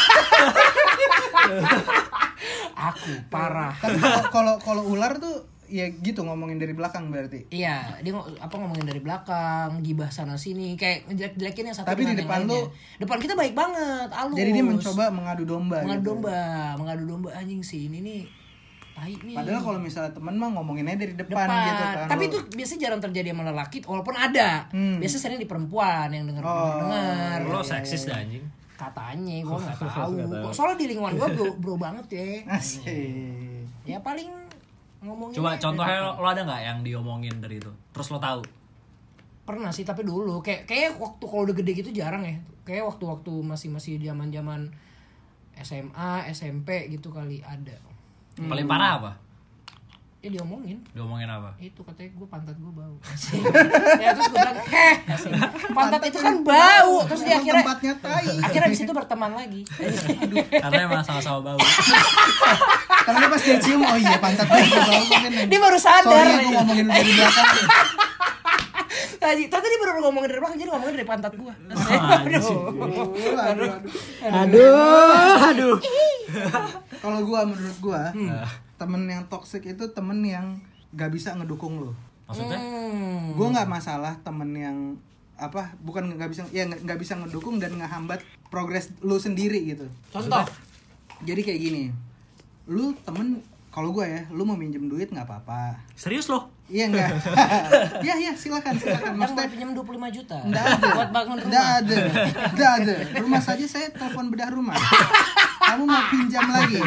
Aku parah. Tapi kalau- kalau kalau ular tuh ya gitu ngomongin dari belakang berarti. Iya, dia ngo- apa ngomongin dari belakang, gibah sana sini, kayak ngejelek-jelekin yang satu Tapi di dengan yang depan lainnya. lu- Depan kita baik banget, halus. Jadi dia mencoba mengadu domba. mengadu gitu. domba, mengadu domba anjing sih ini nih. Tai nih. Padahal kalau misalnya temen mah ngomonginnya dari depan, depan, gitu kan. tapi Lu- itu biasanya jarang terjadi sama lelaki, walaupun ada. Hmm. Biasanya sering di perempuan yang denger Oh. dengar. Lo seksis dah anjing. Katanya, gue nggak nggak tahu. tahu. Soalnya di lingkungan gue bro, bro banget ya. Asik. Ya paling ngomongin. Coba aja contohnya dari- lo, lo ada nggak yang diomongin dari itu? Terus lo tahu? Pernah sih tapi dulu kayak kayak waktu kalau udah gede gitu jarang ya. Kayak waktu-waktu masih masih zaman-zaman S M A, S M P gitu kali ada. Paling parah apa? Ya diomongin. Diomongin apa? Itu katanya gue pantat gue bau. Ya terus gue bilang, "Heh, asik. Pantat itu kan bau." Terus dia Emang akhirnya tempatnya tai. akhirnya di situ berteman lagi. Karena emang sama-sama bau. Karena dia pas dia cium, oh iya pantat gue bau mungkin. Dia baru sadar. Sorry aku ngomongin lu dari belakang. Tadi tadi dia baru ngomongin dari belakang jadi ngomongin dari pantat gue. Anjing. Aduh, aduh, aduh. Aduh, aduh. Kalau gua menurut gua, Hmm. temen yang toxic itu temen yang gak bisa ngedukung lo. Maksudnya? Hmm. Gua nggak masalah temen yang apa bukan nggak bisa ya nggak nggak bisa ngedukung dan ngehambat progres lu sendiri gitu. Contoh. Jadi kayak gini, lu temen kalau gua ya, lu mau minjem duit nggak apa-apa. Serius lo? Iya enggak? Iya iya silakan silakan. Yang mau Maksudnya pinjam dua puluh lima juta. enggak ada. Buat bangun rumah. Enggak ada. Enggak ada. Rumah saja saya telepon bedah rumah. Kamu mau pinjam lagi?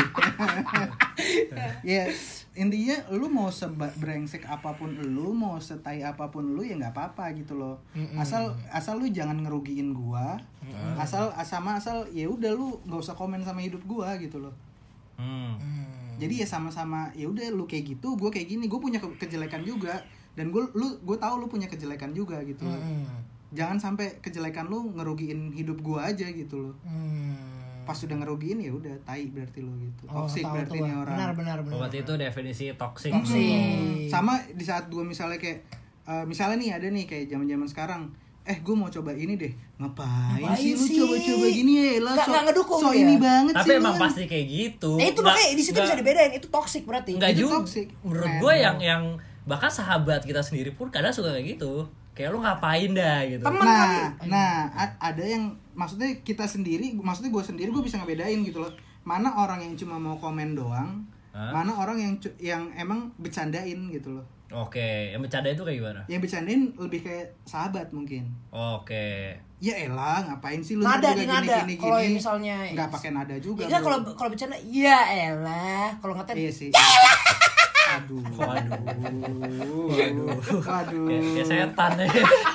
Ya intinya lu mau sebrengsek apapun lu, mau setai apapun lu ya nggak apa-apa gitu loh. Asal asal lu jangan ngerugiin gua. Asal sama asal ya udah lu nggak usah komen sama hidup gua gitu loh. Hmm. Jadi ya sama-sama ya udah lu kayak gitu, gua kayak gini, gua punya ke- kejelekan juga dan gua lu gua tahu lu punya kejelekan juga gitu. Hmm. Jangan sampai kejelekan lu ngerugiin hidup gua aja gitu loh. Hmm. Pas sudah ngerugiin ya udah tai berarti lo gitu. Oh, Toxic tahu berarti tuh, ini Bang. orang. Benar benar benar. Berarti itu definisi toxic. Toxic. Hmm. Sama di saat gua misalnya kayak uh, misalnya nih ada nih kayak zaman-zaman sekarang, eh gue mau coba ini deh, ngapain, Ngapain sih lu sih? coba-coba gini ya, lah Nggak- so, nggak ngedukung so dia. ini banget Tapi sih emang lu. pasti kayak gitu. Nah, itu Nggak- makanya di situ nggak- bisa dibedain, itu toxic berarti. Enggak Itu juga. toxic. Menurut Man. gue yang yang bahkan sahabat kita sendiri pun kadang suka kayak gitu. Kayak lu ngapain dah gitu. Temen Nah, kali. nah a- ada yang maksudnya kita sendiri, maksudnya gue sendiri gue bisa ngebedain gitu loh. Mana orang yang cuma mau komen doang, Hah? mana orang yang cu- yang emang bercandain gitu loh. Oke, yang bercanda itu kayak gimana? Yang bercandain lebih kayak sahabat mungkin. Oke. Ya elah, ngapain sih lu Nada juga di nada. gini, gini, Kalau gini. misalnya nggak pakai nada juga. Iya, bro. kalau kalau bercanda ya elah, kalau ngatain Iya sih. Aduh. Waduh. Waduh. Waduh. Kayak, kayak setan ya.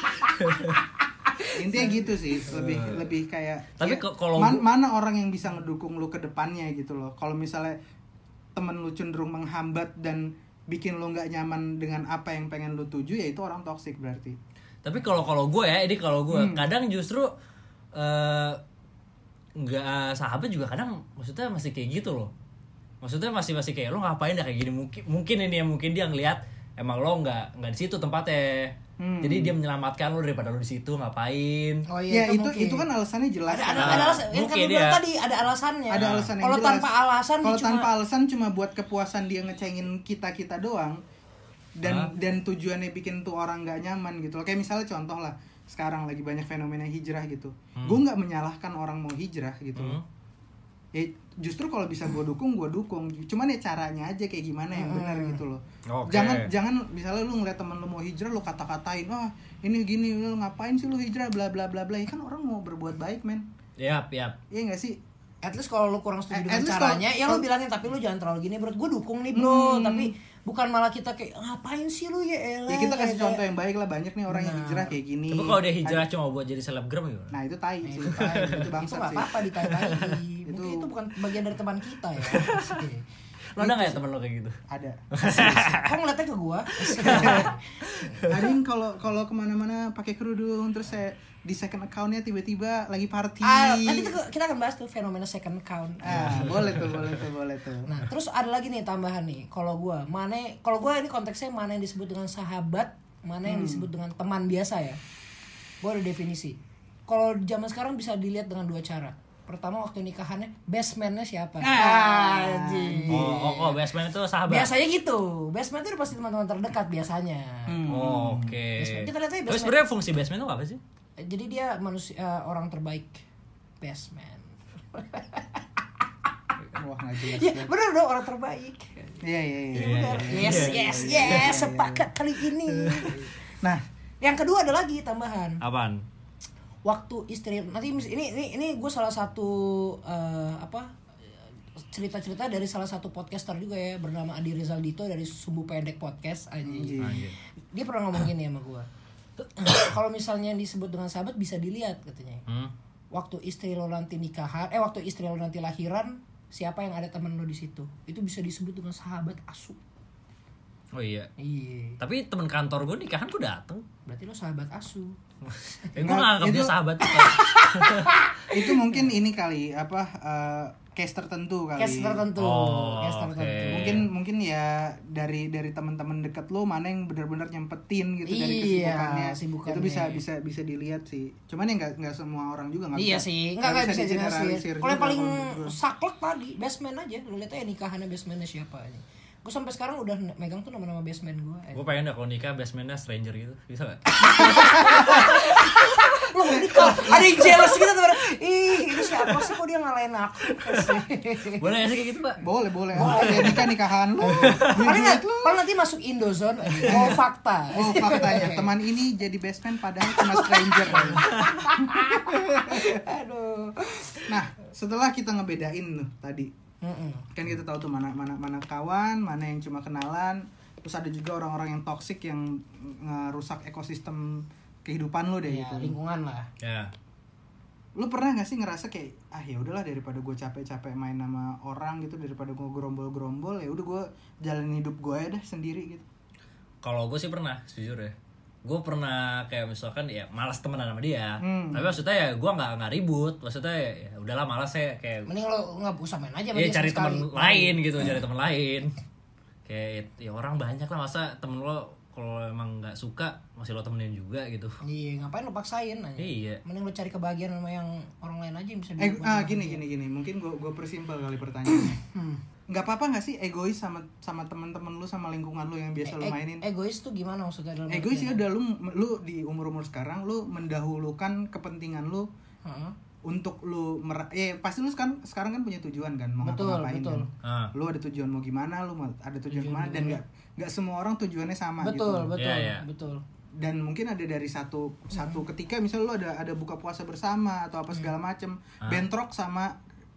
Intinya gitu sih, lebih lebih kayak Tapi ya, ke- kalau man- gua- mana orang yang bisa ngedukung lu ke depannya gitu loh. Kalau misalnya temen lu cenderung menghambat dan bikin lu nggak nyaman dengan apa yang pengen lu tuju, ya itu orang toksik berarti. Tapi kalau kalau gue ya, ini kalau gue Hmm. kadang justru eh, nggak sahabat juga kadang maksudnya masih kayak gitu loh. Maksudnya masih masih kayak lo ngapain dah kayak gini, mungkin mungkin ini ya mungkin dia ngelihat emang lo nggak nggak di situ tempatnya. Hmm. Jadi dia menyelamatkan lo daripada lo di situ ngapain. Oh Ya itu mungkin. itu kan alasannya jelas. ada ada, kan? ada alasan. Yang kan mungkin lu bilang dia- tadi ada alasannya. Ada alasan yang Kalau jelas. tanpa alasan dia Kalau cuma tanpa alasan cuma buat kepuasan dia ngecengin kita-kita doang. Dan Hah? dan tujuannya bikin tuh orang nggak nyaman gitu loh. Kayak misalnya contoh lah, sekarang lagi banyak fenomena hijrah gitu. Hmm. Gue nggak menyalahkan orang mau hijrah gitu loh. Hmm. Ya justru kalau bisa gue dukung, gue dukung. Cuman ya caranya aja kayak gimana yang benar gitu loh. Oke. Jangan jangan misalnya lu ngeliat temen lu mau hijrah, lu kata-katain, wah ini gini, lu ngapain sih lu hijrah, bla bla bla bla. Ya kan orang mau berbuat baik, men. Yap, yap. Iya nggak sih? at least kalau lu kurang setuju At- dengan at least caranya, kalau- ya lu kalau- bilangin tapi lu jangan terlalu gini bro. Gue dukung nih bro, Hmm. tapi bukan malah kita kayak ngapain sih lu ya elah. Ya kita kasih kayak- contoh yang baik lah, banyak nih orang yang Nah. hijrah kayak gini. Tapi kalau dia hijrah cuma buat jadi selebgram gimana? Nah itu tai sih, tai. itu itu bangsat nggak sih. apa-apa ditai-tai. Mungkin Itu- itu bukan bagian dari teman kita ya. Lo ada nggak ya temen lo kayak gitu? Ada. Kok ngeliatnya ke gua? Ada yang kalau kalau kemana-mana pakai kerudung terus saya di second accountnya tiba-tiba lagi party. Ah, nanti tuh kita akan bahas tuh fenomena second account. Ah, boleh tuh, boleh tuh, boleh tuh. Nah, terus ada lagi nih tambahan nih. Kalau gua, mana kalau gua ini konteksnya mana yang disebut dengan sahabat, mana yang Hmm. disebut dengan teman biasa ya. Gua ada definisi. Kalau zaman sekarang bisa dilihat dengan dua cara. Pertama waktu nikahannya best man-nya siapa? Ah. Anjing. Oh, oh, oh, best man itu sahabat. Biasanya gitu. Best man itu udah pasti teman-teman terdekat biasanya. Hmm. Oh, Oke. Best man. Kita lihat aja best Tapi man. sebenarnya fungsi best man itu apa sih? Jadi dia manusia eh, orang terbaik. Best man. Wah, nggak jelas. Ya, bener dong orang terbaik. Iya, iya, iya. Ya, bener. iya, Yes, iya, yes, iya, yes, sepakat kali ini. Nah, Yang kedua ada lagi tambahan. Apaan? Waktu istri nanti mis- ini ini ini gue salah satu eh, apa cerita-cerita dari salah satu podcaster juga ya bernama Adi Rizal Dito dari Sumbu Pendek Podcast anjing. Anjir. Dia pernah ngomong gini sama gue. Kalau misalnya disebut dengan sahabat bisa dilihat katanya. Hmm? Waktu istri lo nanti nikahan, eh waktu istri lo nanti lahiran, siapa yang ada temen lo di situ? Itu bisa disebut dengan sahabat asuh. Oh iya. Iya. Tapi temen kantor gue nikahan gue dateng. Berarti lo sahabat asuh. Eh, gue Nah, nganggap dia itu- sahabat juga. itu mungkin ini kali apa eh, case tertentu kali. Case tertentu, Oh, case oke. tertentu. Mungkin mungkin ya dari dari teman-teman dekat lo mana yang benar-benar nyempetin gitu dari Iya, kesibukannya. sibukannya. Itu bisa bisa bisa dilihat sih. Cuman ya nggak nggak semua orang juga nggak Iya bisa. sih, nggak nggak bisa digeneralisir generalisir. Kalau yang juga paling kalau menurut gua. saklek tadi, bestman aja. Lu lihat aja nikahannya bestmannya siapa aja. Gue sampai sekarang udah megang tuh nama-nama bestman gue. Gue pengen dah kalau nikah best man-nya stranger gitu. Bisa gak? Lu mau nikah, ada yang jealous gitu tuh. Ih, ini siapa sih kok dia ngalahin aku? Boleh gak sih kayak gitu pak? Boleh, boleh. boleh. nikah nikahan lo. Paling nggak, paling nanti masuk Indozone. Oh fakta. Oh faktanya teman ini jadi best friend padahal cuma stranger. Aduh. Nah setelah kita ngebedain tuh tadi, Mm-mm. kan kita tahu tuh mana mana mana kawan, mana yang cuma kenalan, terus ada juga orang-orang yang toksik yang ngerusak ekosistem kehidupan lo deh Ya, gitu. lingkungan lah. Ya. Lu pernah gak sih ngerasa kayak ah ya udahlah daripada gue capek-capek main sama orang gitu, daripada gue gerombol-gerombol, ya udah gue jalanin hidup gue aja dah sendiri gitu. Kalau gue sih pernah, jujur ya. Gue pernah kayak misalkan ya malas temenan sama dia. Hmm. Tapi maksudnya ya gue nggak nggak ribut. Maksudnya ya, ya udahlah malas ya kayak. Mending lo nggak usah main aja sama Ya dia cari sama teman sekali. lain gitu, cari teman lain. Kayak ya orang banyak lah masa temen lo kalau emang nggak suka masih lo temenin juga gitu. Iya, ngapain lo paksain aja. Iya. Mending lo cari kebahagiaan sama yang orang lain aja yang bisa Eh, bikin ah lo gini bahagia. gini gini, mungkin gue gue persimpel kali pertanyaannya. Hmm. Nggak apa-apa nggak sih egois sama sama teman-teman lu sama lingkungan lu yang biasa lu E- mainin? Egois tuh gimana maksudnya dalam Egois ya artian? udah lu lu di umur-umur sekarang lu mendahulukan kepentingan lu Heeh. untuk lu mer- eh pasti lu sekarang sekarang kan punya tujuan kan mau Betul, ngapa-ngapain betul. kan. Ah. Lu ada tujuan mau gimana, lu mau ada tujuan, Tujuan kemana dan gimana. nggak nggak semua orang tujuannya sama Betul, gitu. betul, Iya, iya. betul. Dan mungkin ada dari satu satu ketika misalnya lu ada ada buka puasa bersama atau apa segala macem Ah. bentrok sama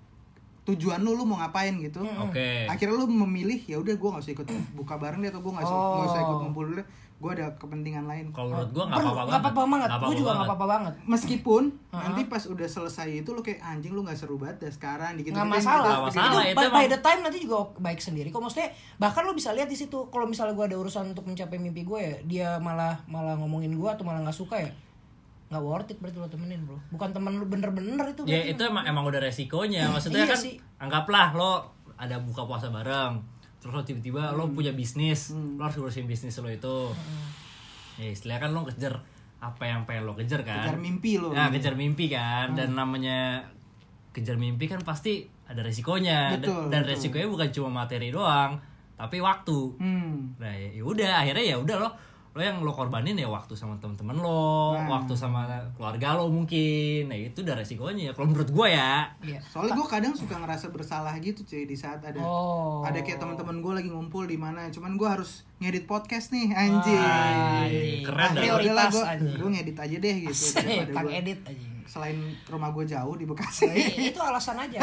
tujuan lu lu mau ngapain gitu. Oke. Akhirnya lu memilih ya udah gue nggak usah ikut buka bareng deh atau gue nggak usah Oh. nggak usah ikut ngumpul dulu deh, gue ada kepentingan lain. Kalau menurut gua nggak Perlu, apa-apa nggak banget. apa-apa banget. Nggak Gue juga nggak banget. apa-apa banget. Meskipun Uh-huh. nanti pas udah selesai itu lu kayak anjing lu nggak seru banget dah sekarang dikit Nggak masalah. Nggak masalah, Itu, itu by, emang- by the time nanti juga baik sendiri. Kok maksudnya bahkan lo bisa lihat di situ kalau misalnya gue ada urusan untuk mencapai mimpi gue ya, dia malah malah ngomongin gue atau malah nggak suka ya, nggak worth it berarti lo temenin bro. Bukan temen lu bener-bener itu. Ya berarti. itu emang emang udah resikonya. Maksudnya Iya kan sih. anggaplah lo ada buka puasa bareng. Terus lo tiba-tiba lo punya bisnis, lo harus urusin bisnis lo itu. Ya istilahnya kan lo kejar apa yang pengen lo kejar kan. kejar mimpi lu. Nah, kejar mimpi kan. Dan namanya kejar mimpi kan pasti ada resikonya. Betul, Dan betul. resikonya bukan cuma materi doang, tapi waktu. Hmm. Nah, ya udah akhirnya ya udah lo lo yang lo korbanin ya waktu sama temen-temen lo, Nah. waktu sama keluarga lo mungkin. Nah, itu udah resikonya ya kalau menurut gua ya. Iya. Soalnya gue kadang suka ngerasa bersalah gitu cuy di saat ada Oh. ada kayak teman-teman gue lagi ngumpul di mana, cuman gue harus ngedit podcast nih anjing. Anjing, keren dah. ya udahlah Prioritas, gue anjing. gue ngedit aja deh gitu. daripada Kang gua- edit aja. Selain rumah gue jauh di Bekasi. Iya, itu alasan aja.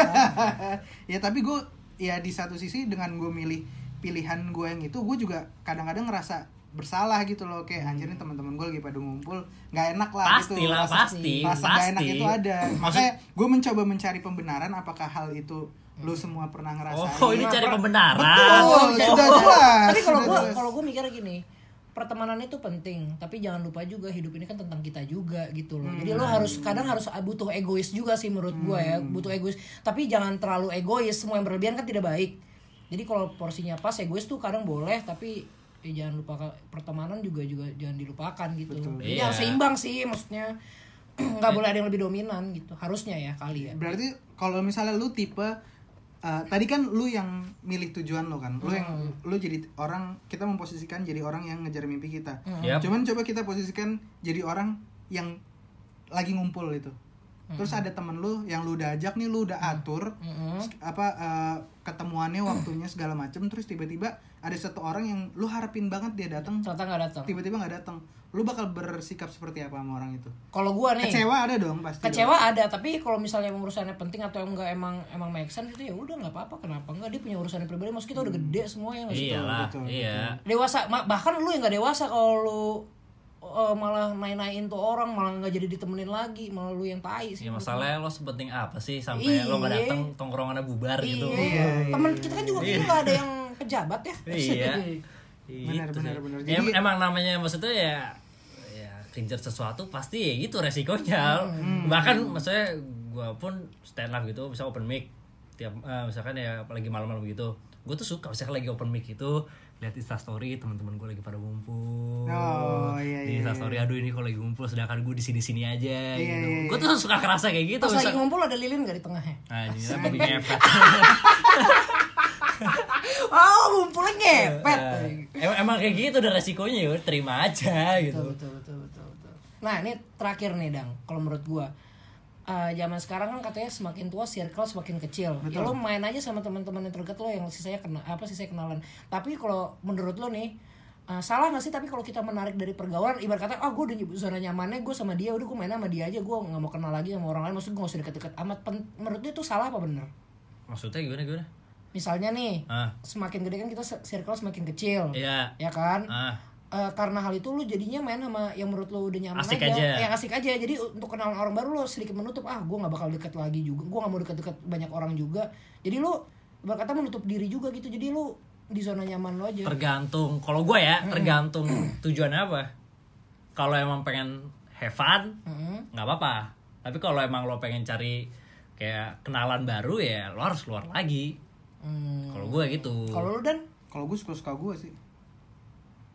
Ya tapi gue ya di satu sisi dengan gue milih pilihan gue yang itu, gue juga kadang-kadang ngerasa bersalah gitu loh, kayak anjir nih teman-teman gue lagi pada ngumpul nggak enak lah Pasti gitu. lah, Rasa- pasti, rasa nggak enak pasti. itu ada. Maksud- Makanya gue mencoba mencari pembenaran apakah hal itu lu semua pernah ngerasain. Oh, ini cari pembenaran. Betul, sudah jelas. Tapi kalau sudah gue jelas. kalau gue mikirnya gini, pertemanan itu penting, tapi jangan lupa juga hidup ini kan tentang kita juga gitu loh. Jadi lo harus kadang harus butuh egois juga sih menurut gue ya, butuh egois. Tapi jangan terlalu egois, semua yang berlebihan kan tidak baik. Jadi kalau porsinya pas, egois tuh kadang boleh, tapi ya jangan lupa pertemanan juga juga jangan dilupakan gitu. Betul. Jadi Iya. harus seimbang sih, maksudnya nggak boleh ada yang lebih dominan gitu. Harusnya ya kali ya. Berarti kalau misalnya lu tipe uh, tadi kan lu yang milih tujuan lo kan, lu yang lu jadi orang, kita memposisikan jadi orang yang ngejar mimpi kita. Yap. Cuman coba kita posisikan jadi orang yang lagi ngumpul itu. Terus ada temen lu yang lu udah ajak nih, lu udah atur sk- apa uh, ketemuannya, waktunya segala macem, terus tiba-tiba ada satu orang yang lu harapin banget dia datang, Ternyata nggak datang. tiba-tiba nggak datang. Lu bakal bersikap seperti apa sama orang itu? Kalau gue nih Kecewa ada dong pasti. kecewa dong. ada, tapi kalau misalnya emang urusannya penting atau enggak emang emang make sense itu ya udah nggak apa-apa, kenapa enggak, dia punya urusannya pribadi, maksud kita udah gede semua ya nggak sih? Iyalah, betul, iya. Dewasa ma- bahkan lu yang nggak dewasa kalau lu uh, malah naik-naikin tuh orang, malah nggak jadi ditemenin lagi, malah lu yang tai sih. Ya masalahnya lo sepenting apa sih sampai lo nggak Iya. datang tongkrongannya bubar gitu. Iya. Temen kita kan juga kayaknya nggak ada yang pejabat ya. Iya. Benar, Gitu benar, sih. benar. Ya, Jadi- emang namanya maksudnya ya ya kejar sesuatu pasti ya gitu resikonya. Hmm. Bahkan maksudnya gua pun stand up gitu, bisa open mic tiap eh, misalkan ya apalagi malam-malam gitu. Gue tuh suka misalkan lagi open mic itu lihat Insta story teman-teman gue lagi pada ngumpul. Oh, iya, Di iya, Insta story aduh ini kalau lagi ngumpul sedangkan gue di sini-sini aja Iya, gitu. iya, iya. Gue tuh suka kerasa kayak gitu. Pas lagi misal- ngumpul ada lilin nggak di tengahnya? Anjir, babi ngepet. Oh, ngumpulnya ngepet. Eh, emang, emang kayak gitu udah resikonya ya, terima aja gitu. Betul, betul, betul, betul, betul. Nah, ini terakhir nih, Dang. Kalau menurut gua, uh, zaman sekarang kan katanya semakin tua circle semakin kecil. Ya lo main aja sama teman-teman yang terdekat lo yang sisanya kena apa sih saya kenalan. Tapi kalau menurut lo nih, uh, salah nggak sih tapi kalau kita menarik dari pergaulan, ibarat kata, ah gue udah zona nyamannya gue sama dia, udah gue main sama dia aja, gue nggak mau kenal lagi sama orang lain. Maksud gue nggak usah deket-deket amat. Pen- menurut dia itu salah apa bener? Maksudnya gimana gimana? Misalnya nih, Ah, semakin gede kan kita circle semakin kecil, iya. ya kan? Ah, Eh, karena hal itu lu jadinya main sama yang menurut lu udah nyaman Asik aja, aja. yang asik aja. Jadi untuk kenalan orang baru lu sedikit menutup, ah gue nggak bakal deket lagi juga, gue nggak mau deket-deket banyak orang juga. Jadi lu berkata menutup diri juga gitu, jadi lu di zona nyaman lu aja. tergantung. Kalau gue ya, tergantung tujuannya apa. Kalau emang pengen have fun, Mm-mm. nggak apa-apa. Tapi kalau emang lo pengen cari kayak kenalan baru ya, lo harus keluar lagi. Hmm. Kalau gue gitu. Kalau lu Dan Kalau gue suka-suka gue sih.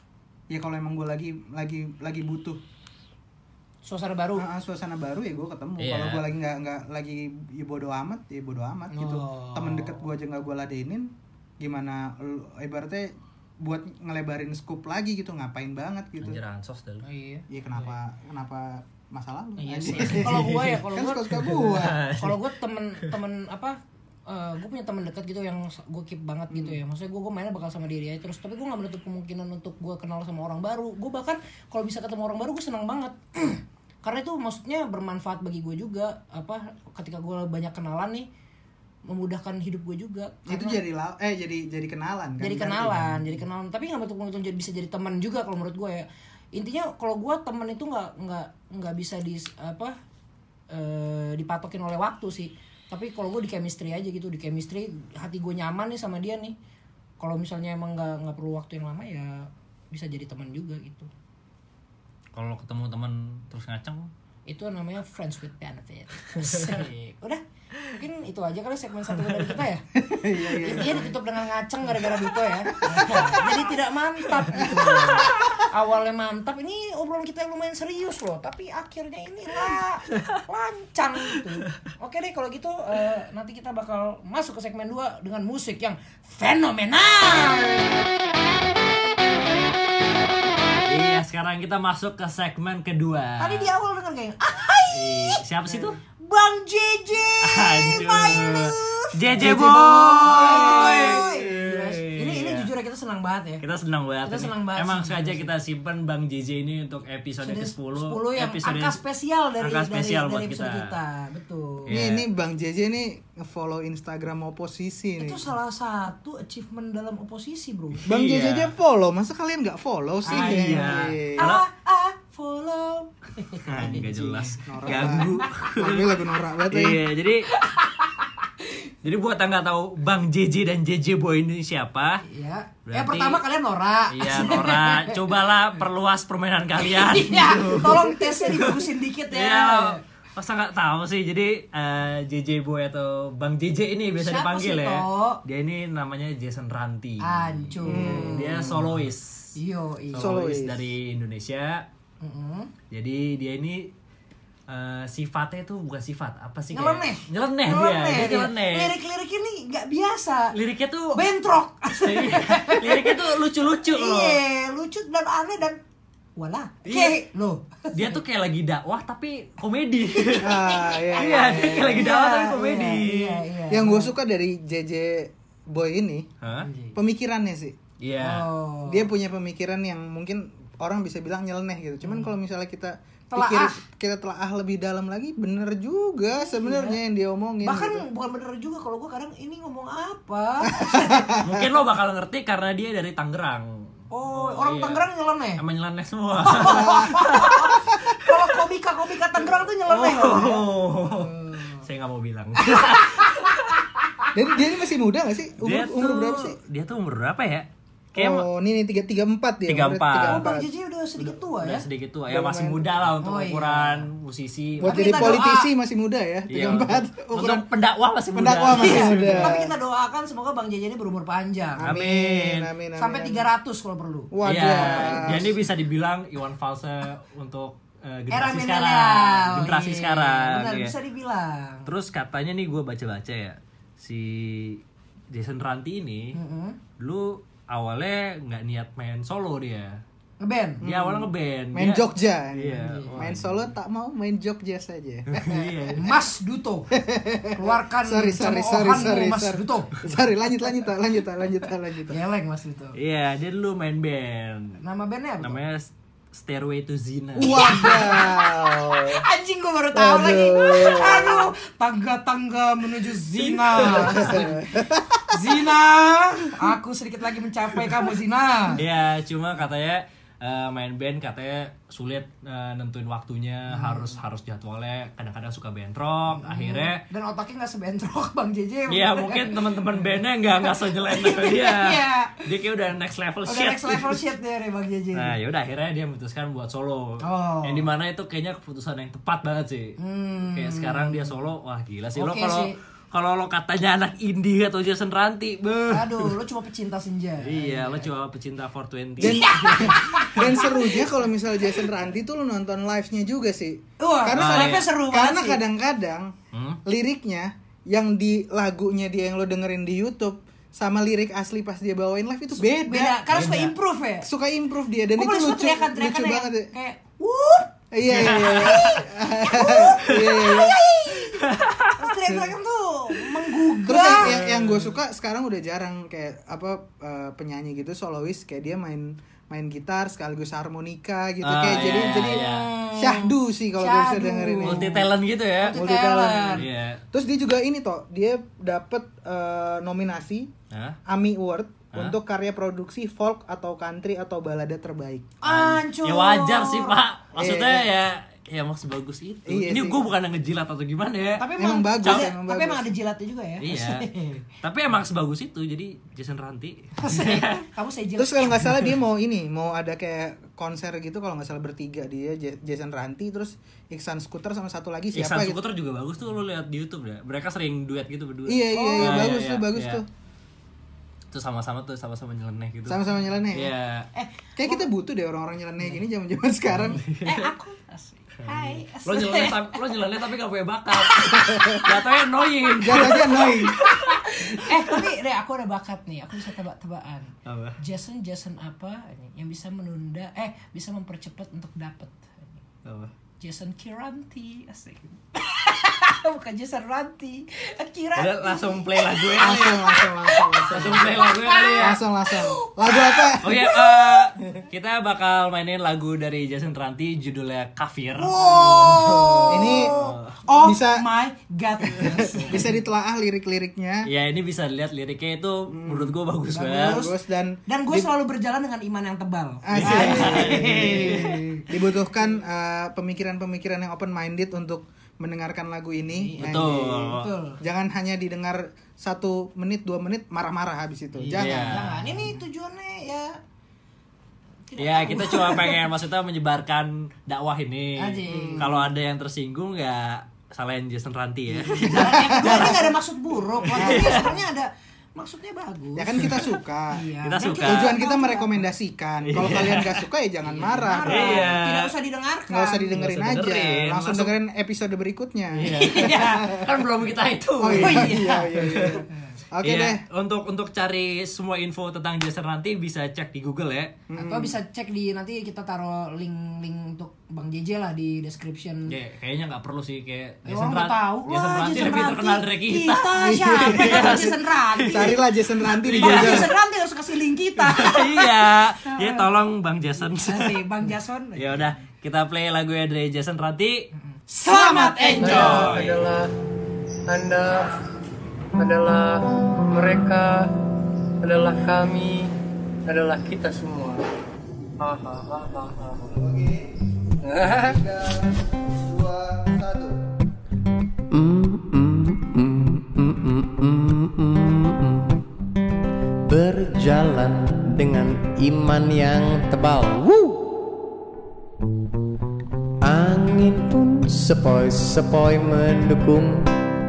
ya kalau emang gue lagi lagi lagi butuh Suasana baru. uh, suasana baru ya gue ketemu. Iya. Kalau gue lagi nggak nggak lagi ya bodo amat ya bodo amat gitu. Oh. Temen deket gue aja nggak gue ladenin, gimana lu- ibaratnya buat ngelebarin scoop lagi gitu, ngapain banget gitu. Anjir ansos dah lu. Oh, iya. Iya kenapa kenapa masa lalu? Iya Anjir. sih. Kalau gua ya, kalau kan gua suka-suka gua. kalau gua temen-temen apa uh, gue punya teman dekat gitu yang gue keep banget gitu ya, maksudnya gue gue mainnya bakal sama dia terus, tapi gue nggak menutup kemungkinan untuk gue kenal sama orang baru. Gue bahkan kalau bisa ketemu orang baru gue senang banget karena itu maksudnya bermanfaat bagi gue juga, apa ketika gue banyak kenalan nih memudahkan hidup gue juga. Itu Karena- jadi la- eh jadi jadi kenalan kan. jadi berarti kenalan, kan? jadi kenalan. Tapi nggak betul betul jadi bisa jadi teman juga kalau menurut gue ya. Intinya kalau gue teman itu nggak nggak nggak bisa di apa eh, dipatokin oleh waktu sih. Tapi kalau gue di chemistry aja gitu, di chemistry hati gue nyaman nih sama dia nih. Kalau misalnya emang nggak nggak perlu waktu yang lama ya bisa jadi teman juga gitu. Kalau ketemu teman terus ngaceng, Itu namanya friends with benefit. Asik. Udah, mungkin itu aja kali segmen satu dari kita ya. Iya iya. Iya ditutup dengan ngaceng gara-gara Duto ya. Jadi tidak mantap gitu. Awalnya mantap, ini obrolan kita lumayan serius loh, tapi akhirnya ini lah lancang gitu. Oke deh kalau gitu eh, nanti kita bakal masuk ke segmen dua dengan musik yang fenomenal. iya sekarang kita masuk ke segmen kedua. Tadi di awal denger kayak ahai, Ih, siapa sih tuh? Bang J J. Hancur. my love. J J J J boy. Boy. Ini ini jujur ya kita senang banget ya. Kita senang banget. Kita ini. senang banget Emang sih. sengaja kita simpen Bang J J ini untuk episode ke sepuluh. sepuluh yang episode angka spesial dari angka spesial dari, buat dari episode kita. kita. Betul. Iya. Ini ini Bang J J nih nge-follow Instagram oposisi nih. Itu salah satu achievement dalam oposisi, Bro. Bang Iya. J J aja follow, masa kalian nggak follow sih? Ah, iya. Ah, ah, follow. Enggak jelas. Norak Ganggu. Tapi lagu norak banget ya. Iya, jadi jadi buat yang nggak tahu Bang J J dan J J Boy ini siapa? Iya. Berarti- Eh pertama kalian Nora. Iya, Nora, cobalah perluas permainan kalian. Iya, tolong tesnya dibagusin dikit ya. Iya, masa nggak tahu sih. Jadi eh, J J Boy atau Bang J J ini biasa Siapa dipanggil sih, ya. Tok? Dia ini namanya Jason Ranti. Hancur. Dia solois. Yo, iya. Solois. Solois dari Indonesia. Mm-mm. Jadi dia ini eh, sifatnya tuh bukan sifat, apa sih? Nyeleneh. Kayak, nyeleneh dia, dia dia. nyeleneh. Lirik-lirik ini nggak biasa. Liriknya tuh Bentrok. liriknya tuh lucu-lucu loh. Iya, lucu dan aneh dan wala. Iya. Kayak loh. Dia tuh kayak lagi dakwah tapi komedi. Ah, iya, Iya, dia kayak lagi dakwah tapi komedi. Iya, iya. Yang gue suka dari J J Boy ini Hah? pemikirannya sih. Iya. Oh. Dia punya pemikiran yang mungkin orang bisa bilang nyeleneh gitu. Cuman kalau misalnya kita Telaah. pikir kita telaah lebih dalam lagi, bener juga sebenarnya yang dia omongin. Bahkan gitu. bukan bener juga kalau gue kadang ini ngomong apa. Mungkin lo bakal ngerti karena dia dari Tangerang. Oh, orang iya. Tangerang nyeleneh. Emang nyeleneh semua. Kalau komika-komika Tangerang tuh nyeleneh. Oh. Saya nggak mau bilang. Dan dia ini masih muda gak sih? Umur, Dia umur tuh, berapa sih? Dia tuh umur berapa ya? Kayak Oh, ini nih tiga tiga empat dia. tiga umurnya empat. Oh, Bang tiga J J udah sedikit tua udah ya. sedikit tua. Udah Ya masih lumayan. muda lah untuk Oh, iya. ukuran musisi. Buat Tapi jadi kita politisi masih muda ya, Iya, tiga empat. untuk, untuk pendakwah masih muda. Pendakwah masih Iya. muda. Tapi kita doakan semoga Bang J J ini berumur panjang. Amin. Amin, amin. Sampai amin. tiga ratus kalau perlu. Waduh. Iya. Jadi bisa dibilang Iwan Fals untuk eh, Era generasi milenial. sekarang. Generasi Iya, sekarang. Benar, iya. bisa dibilang. Terus katanya nih gue baca-baca ya, si Jason Ranti ini Mm-mm. dulu awalnya nggak niat main solo dia. Ngeband. Dia awalnya ngeband. Main Dia- Jogja. Iya. Main solo tak mau, main Jogja saja. Iya. Mas Duto. Keluarkan sorry, sorry, sorry, cemoohanmu, sorry, Mas sorry. Duto. Sorry, lanjut, lanjut, tak, lanjut, tak, lanjut, tak, lanjut. tak. Geleng Mas Duto. Iya, dia dulu main band. Nama bandnya apa? Namanya Stairway to Zina. Wadaw. Anjing gue baru tahu Aduh. lagi. Aduh, tangga-tangga menuju zina. Zina, aku sedikit lagi mencapai kamu Zina. Iya, cuma katanya eh, main band katanya sulit eh, nentuin waktunya, harus harus jadwalnya kadang-kadang suka bentrok. Akhirnya Dan otaknya nggak sebentrok Bang J J. Iya mungkin teman-teman bandnya nggak nggak sejeleneh ke dia. Iya. Dia kayak udah next level Udah shit. next level shit deh dari Bang J J. Nah yaudah akhirnya dia memutuskan buat solo. Oh. Yang dimana itu kayaknya keputusan yang tepat banget sih. Hmm. Kayak sekarang dia solo, wah gila sih. Lo Oke kalau sih. kalau lo katanya anak indie atau Jason Ranti, beuh. Aduh, lo cuma pecinta senja. Iya, lo cuma pecinta four twenty. Dan, dan serunya kalau misal Jason Ranti tuh lo nonton live-nya juga sih. Wah, karena oh, kadang- live-nya seru banget karena sih. kadang-kadang Hmm? liriknya yang di lagunya dia yang lo dengerin di YouTube sama lirik asli pas dia bawain live itu beda. Beda, karena suka Beda. improve ya. Suka improve dia dan Gua itu paling suka lucu, teriakan-teriakan lucu yang banget ya. kayak wup. Iya iya iya. Iya iya. Terus teriakan tuh menggugah. Terus yang yang, yang gue suka sekarang udah jarang kayak apa uh, penyanyi gitu solois kayak dia main main gitar sekaligus harmonika gitu Ah, kayak iya, jadi jadi iya. syahdu sih kalau gue bisa Syahdu. dengerin ini. Multi talent gitu ya. Multi talent. Iya. Terus dia juga ini toh dia dapat uh, nominasi Hah? AMI Award Hah? untuk karya produksi folk atau country atau balada terbaik. Ancur. Ya wajar sih, Pak. Maksudnya Iya, ya ya emang sebagus itu. Iya Ini sih. gue bukan ngejilat atau gimana ya. Tapi Emang emang, bagus, ada, emang tapi bagus. emang ada jilatnya juga ya. Iya. Tapi emang sebagus itu. Jadi Jason Ranti. Kamu saya jilat. Terus kalau nggak salah dia mau ini mau ada kayak konser gitu kalau nggak salah bertiga dia J- Jason Ranti terus Iksan Scooter sama satu lagi siapa Iksan gitu. Scooter juga bagus tuh, lo lihat di YouTube ya. Mereka sering duet gitu berdua. Iya iya iya Oh, bagus iya, tuh iya, bagus iya. tuh. Itu sama-sama tuh sama-sama nyeleneh gitu. Sama-sama nyeleneh. Iya. Eh, Kayak kita butuh deh orang-orang nyeleneh gini zaman-zaman sekarang. eh aku Hai. Lo nyeleneh tapi lo nyeleneh tapi gak punya bakat. Jatuhnya annoying. Jatuhnya annoying. Eh, tapi Re, aku ada bakat nih. Aku bisa tebak-tebakan. Apa? Jason Jason apa yang bisa menunda eh bisa mempercepat untuk dapat? Apa? Jason Kiranti, asik. Bukan Jason Ranti, Kiranti. Udah langsung play lagu ya. Langsung langsung langsung langsung. Langsung play lagu kali ya. Langsung langsung. Lagu apa? Oke, eh, kita bakal mainin lagu dari Jason Ranti judulnya Kafir. Wow. Ini Oh bisa my god. bisa ditelaah lirik-liriknya. Ya ini bisa dilihat liriknya itu menurut gue bagus banget. Bagus dan Dan gue selalu berjalan dengan iman yang tebal. asik. Dibutuhkan uh, pemikiran-pemikiran yang open minded untuk mendengarkan lagu ini. Betul. Anjing. Betul. Jangan hanya didengar satu menit dua menit marah-marah habis itu. Iya. Jangan. Jangan. Ini tujuannya ya tidak Ya tahu. kita cuma pengen maksudnya menyebarkan dakwah ini. Anjing. Kalau ada yang tersinggung ya salahin Jason Ranti ya. Dan yang kedua ini gak ada maksud buruk. Lagu ini sebenarnya ada maksudnya bagus. Ya kan kita suka. Iya. Kita Dan suka. Tujuan kita merekomendasikan. Kalau kalian gak suka ya jangan marah. marah. Iya. Tidak usah didengarkan. Nggak usah didengerin Nggak usah aja. dengerin. Langsung, Langsung- dengerin episode berikutnya. Iya. Kan belum kita itu. Oh iya. Oh, iya. iya, iya, iya. Oke Iya, deh. Untuk untuk cari semua info tentang Jason Ranti bisa cek di Google ya. Atau bisa cek di nanti kita taruh link-link untuk Bang J J lah di description. Ya, kayaknya nggak perlu sih kayak Ya, Jason orang nggak Ranti. tahu. Jason Wah, Ranti Jason lebih Ranti. terkenal dari kita. Kita siapa yang tahu Jason Ranti? Carilah Jason Ranti di Bang Google. Jason Ranti harus kasih link kita. Iya. Ya tolong Bang Jason. Asik, Bang Jason. Ya udah, kita play lagu ya dari Jason Ranti. Selamat Anda enjoy. adalah Anda adalah mereka adalah kami adalah kita semua. Hahaha. Oke. Tiga, dua, satu. Berjalan dengan iman yang tebal. Woo! Angin pun sepoi-sepoi mendukung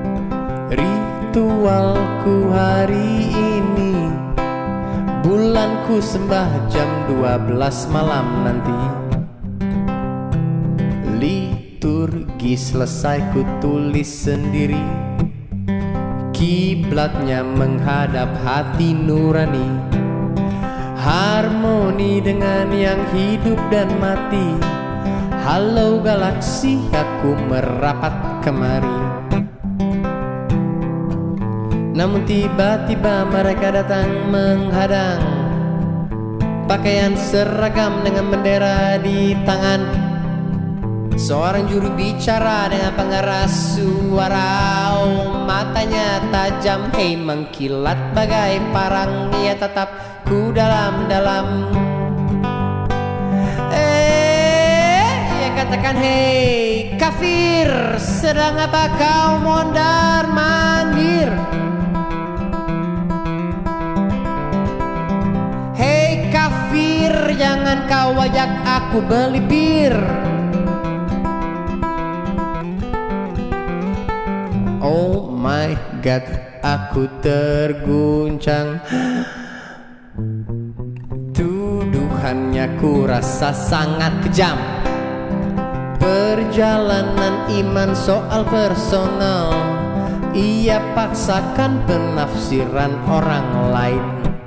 ritualku hari ini. Bulanku sembah jam dua belas malam nanti. Liturgi selesai ku tulis sendiri. Kiblatnya menghadap hati nurani. Harmoni dengan yang hidup dan mati. Halo galaksi, aku merapat kemari. Namun tiba-tiba mereka datang menghadang. Pakaian seragam dengan bendera di tangan. Seorang juru bicara dengan pengeras suara. Oh, matanya tajam, hey mengkilat bagai parang. Ia tatap ku dalam-dalam. Eh, ia katakan, hey kafir, sedang apa kau mondar mandir? Hey kafir, jangan kau ajak aku beli bir. Oh my god, aku terguncang. Tuduhannya ku rasa sangat kejam. Perjalanan iman soal personal, ia paksakan penafsiran orang lain.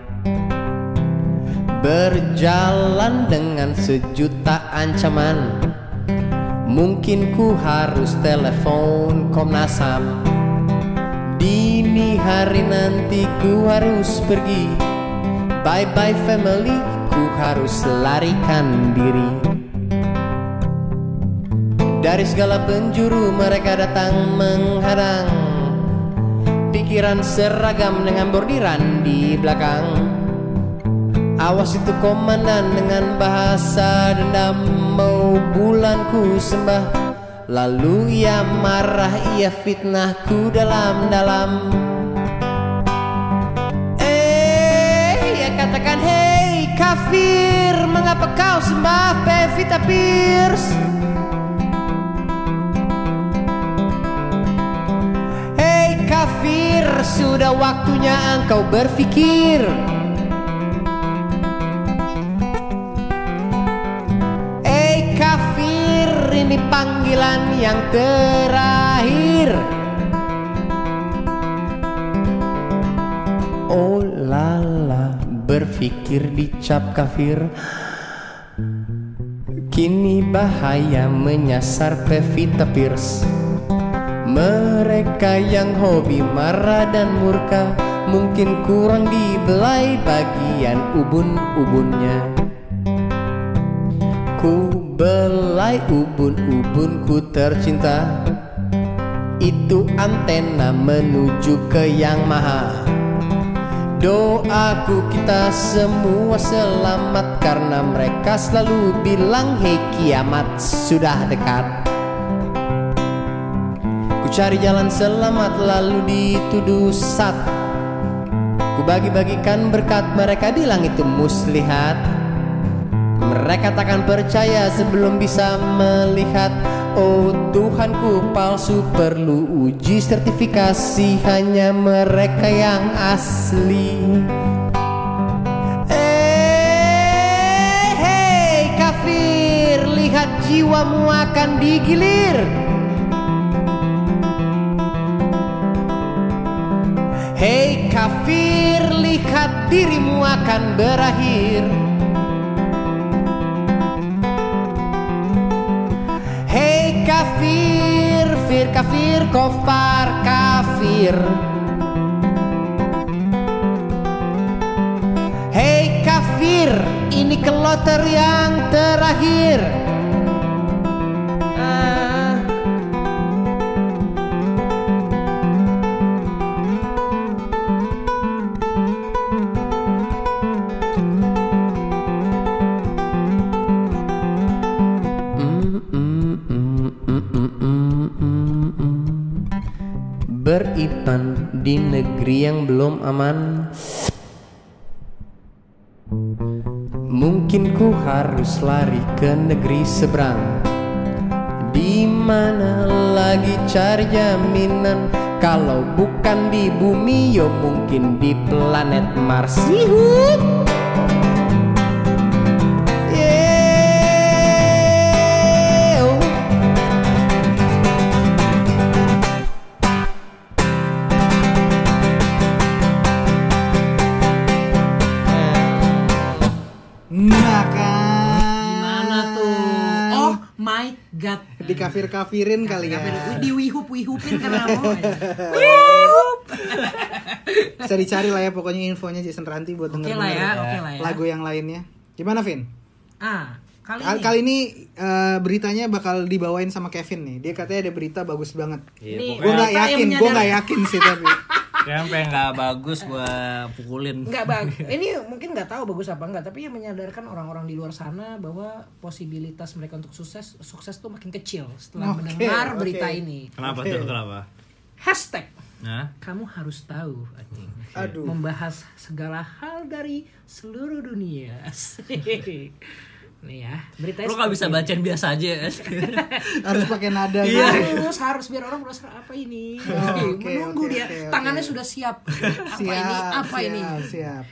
Berjalan dengan sejuta ancaman, mungkin ku harus telepon Komnas H A M. Dini hari nanti ku harus pergi. Bye bye family, ku harus larikan diri. Dari segala penjuru mereka datang menghadang. Pikiran seragam dengan bordiran di belakang. Awas itu komandan dengan bahasa dendam. Mau bulanku sembah, lalu ia marah, ia fitnahku dalam-dalam. Eh, ia katakan, hey kafir, mengapa kau sembah Pevita Pierce? Hey kafir, sudah waktunya engkau berpikir. Ini panggilan yang terakhir. Oh lala, berpikir dicap kafir. Kini bahaya menyasar Pevita Pierce. Mereka yang hobi marah dan murka mungkin kurang dibelai bagian ubun-ubunnya. Ku belai ubun-ubunku tercinta. Itu antena menuju ke yang maha. Doaku kita semua selamat, karena mereka selalu bilang hey kiamat sudah dekat. Ku cari jalan selamat lalu dituduh sat. Ku bagi-bagikan berkat, mereka bilang itu muslihat. Mereka takkan percaya sebelum bisa melihat. Oh Tuhanku, palsu perlu uji sertifikasi, hanya mereka yang asli. Eh, hey kafir, lihat jiwamu akan digilir. Hey kafir, lihat dirimu akan berakhir. Kafir, fir kafir, kofar kafir. Hey kafir, ini keloter yang terakhir. Ah. Beriman di negeri yang belum aman. Mungkin ku harus lari ke negeri seberang. Di mana lagi cari jaminan? Kalau bukan di bumi, yo mungkin di planet Mars. Yuhu. Di kafir-kafirin kali ya. Di wihup-wihupin karena mau. Wihup. Bisa dicari lah ya pokoknya infonya Jason Ranti buat okay denger lah ya, okay lah ya. lagu yang lainnya. Gimana Vin? Ah, kali Kali ini, kali ini uh, beritanya bakal dibawain sama Kevin nih. Dia katanya ada berita bagus banget. Iya, Gue nggak yakin, gue nggak yakin sih tapi. Yang pengen nggak bagus gue pukulin. Nggak bagus. Ini mungkin nggak tahu bagus apa enggak, tapi yang menyadarkan orang-orang di luar sana bahwa posibilitas mereka untuk sukses sukses tuh makin kecil setelah okay, mendengar okay. berita ini. Kenapa okay. tuh? Kenapa? Hashtag. Nah? Kamu harus tahu. Aduh. Membahas segala hal dari seluruh dunia. Nih ya, beritanya Lu gak bisa seperti bacain biasa aja ya. Harus pakai nada ini. gitu. Harus, harus biar orang merasa apa ini. Oh, oke, Menunggu oke, dia, oke, oke. tangannya sudah siap. Apa Siap, ini? Apa siap, ini? Siap.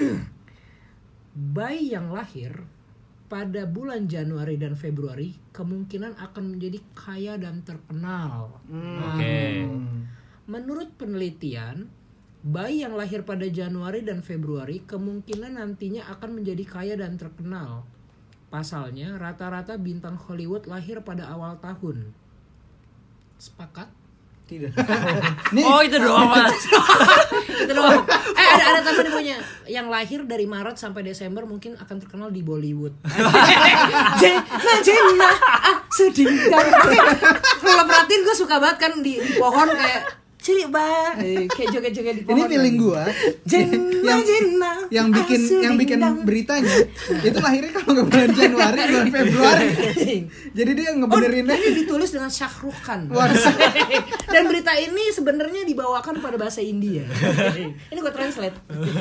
Bayi yang lahir pada bulan Januari dan Februari kemungkinan akan menjadi kaya dan terkenal. Nah, Oke. menurut penelitian, bayi yang lahir pada Januari dan Februari kemungkinan nantinya akan menjadi kaya dan terkenal. Pasalnya, rata-rata bintang Hollywood lahir pada awal tahun. Sepakat? Tidak. Oh itu doang Mas. Itu doang. Eh ada ada tambahan punya. Yang lahir dari Maret sampai Desember mungkin akan terkenal di Bollywood. Jenna Jenna ah sedih. Kalau perhatiin gue suka banget kan di, di pohon kayak ciri ba, kayak joget-joget di pohon. Ini feeling gua. Jenna yang Jenna yang bikin ah, yang bikin sedindang. beritanya itu lahirnya kalau nggak bulan Januari bulan Februari. Jadi dia Oh, ngebenerinnya. ini ditulis dengan Shahrukh Khan. Waduh. Dan berita ini sebenarnya dibawakan pada bahasa India. Ini gue translate.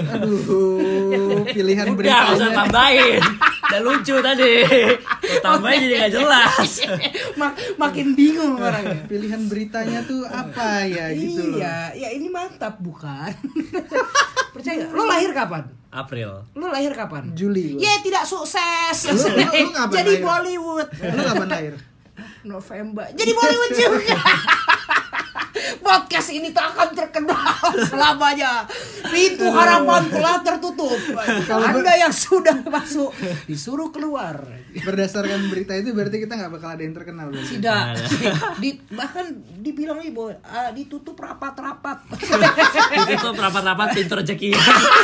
Aduh, pilihan Udah gak usah beritanya. tambahin. Udah lucu tadi. Lu tambahin jadi gak jelas. Mak- makin bingung orangnya. Pilihan beritanya tuh apa ya gitu loh. Iya, ya ini mantap bukan? Percaya gak? Lo lahir kapan? April. Lo lahir kapan? Juli. Ya tidak sukses. Lu- lu- lu kapan Jadi lahir? Bollywood. Lu kapan lahir? November. Jadi Bollywood juga. Podcast ini tak akan terkenal selamanya. Pintu harapan telah tertutup. Kalau ber- Anda yang sudah masuk disuruh keluar. Berdasarkan berita itu berarti kita nggak bakal ada yang terkenal berarti. Tidak. Di, bahkan dibilang ibu uh, ditutup rapat-rapat. Ditutup rapat-rapat pintu rezeki.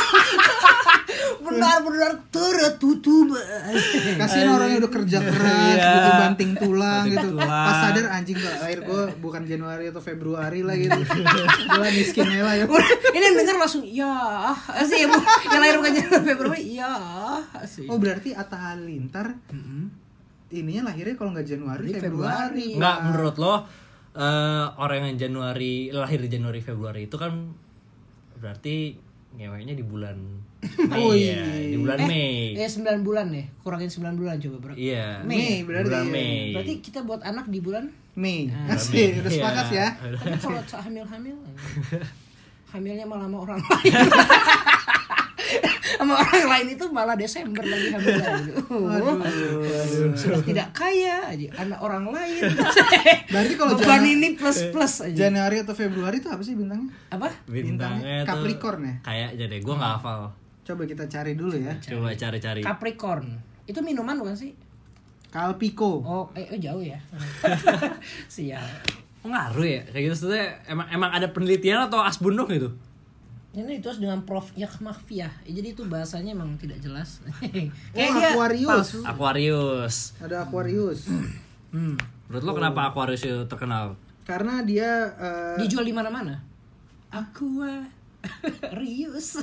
Benar-benar tertutup. Kasihin orang yang udah kerja keras Iya. gitu banting tulang Banting gitu. tulang. Pas sadar anjing kok lahir gue bukan Januari atau Februari lah gitu. Gue miskin ya lah ya. Ini yang denger langsung ya sih Bu. Yang lahir bukan Januari Februari ya sih. Oh berarti Atta Halilintar ininya lahirnya kalau nggak Januari Di Februari. Februari. Enggak, menurut lo eh, orang yang Januari lahir di Januari Februari itu kan berarti ngeweknya di bulan Mei Oh, ya, iya. di bulan Eh, Mei. eh sembilan bulan ya. Kurangin sembilan bulan coba, Bro. Iya. Mei berarti. Bulan ya. Mei. Berarti kita buat anak di bulan Mei. Ah. Asik, udah Iya. sepakat ya. tapi kalau hamil-hamil hamilnya malah sama orang lain. Sama orang lain itu malah Desember lagi hamil lagi. Aduh. Sudah tidak kaya aja anak orang lain. Berarti kalau beban Janu- ini plus-plus aja. Januari atau Februari itu apa sih bintangnya? Apa? Bintangnya tuh Capricorn ya? kayaknya deh, gua nggak hafal. Coba kita cari dulu ya. Coba cari-cari. Capricorn. Itu minuman bukan sih? Calpico. Oh, eh, oh jauh ya. Sial. Ngaruh ya kayak gitu tuh emang emang ada penelitian atau asbun dong gitu. Ini itu dengan Prof Yak Mahfiah. Jadi itu bahasanya emang tidak jelas. Oh, Aquarius. Aquarius. Ada Aquarius. Hmm. Menurut lo kenapa Aquarius itu terkenal? Karena dia eh, Dijual di mana-mana. Aquarius.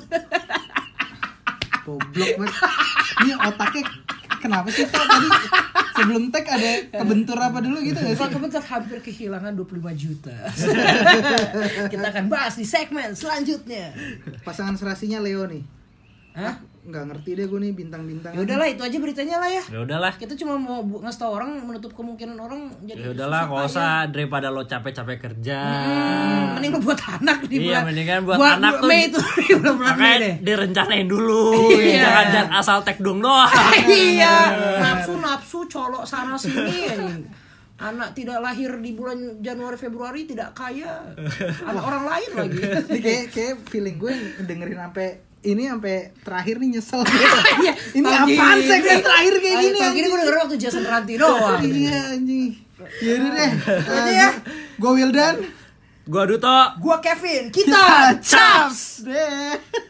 goblok banget. Ini otaknya kenapa sih Pak tadi sebelum tag ada kebentur apa dulu gitu gak Kalau sih? kebetulan hampir kehilangan dua puluh lima juta. Kita akan bahas di segmen selanjutnya. Pasangan serasinya Leo nih. Hah? Nggak ngerti deh gue nih bintang-bintang. Ya udahlah itu aja beritanya lah ya. Ya udahlah. Kita cuma mau bu- ngasih tau orang menutup kemungkinan orang jadi Ya udahlah, susah nggak kaya. usah daripada lo capek-capek kerja. Hmm, mending lu buat anak di Iya, bulan. mendingan buat anak tuh. Mei itu di bulan Mei Makanya deh. direncanain dulu. Iya. Jangan jangan asal tag dong doang. Iya, nafsu nafsu colok sana sini anjing. Anak tidak lahir di bulan Januari Februari tidak kaya. Anak orang lain lagi. Ini kayak kayak feeling gue dengerin sampai ini sampai terakhir nih nyesel. Iya, Ini tau apaan gini. segmen terakhir kayak gini? Tau gini gue denger waktu Jason Ranti doang. Iya anjing. Yaudah deh. Berarti ya. Gue Wildan. Gua Duto. Gua Kevin, kita caps. Deh.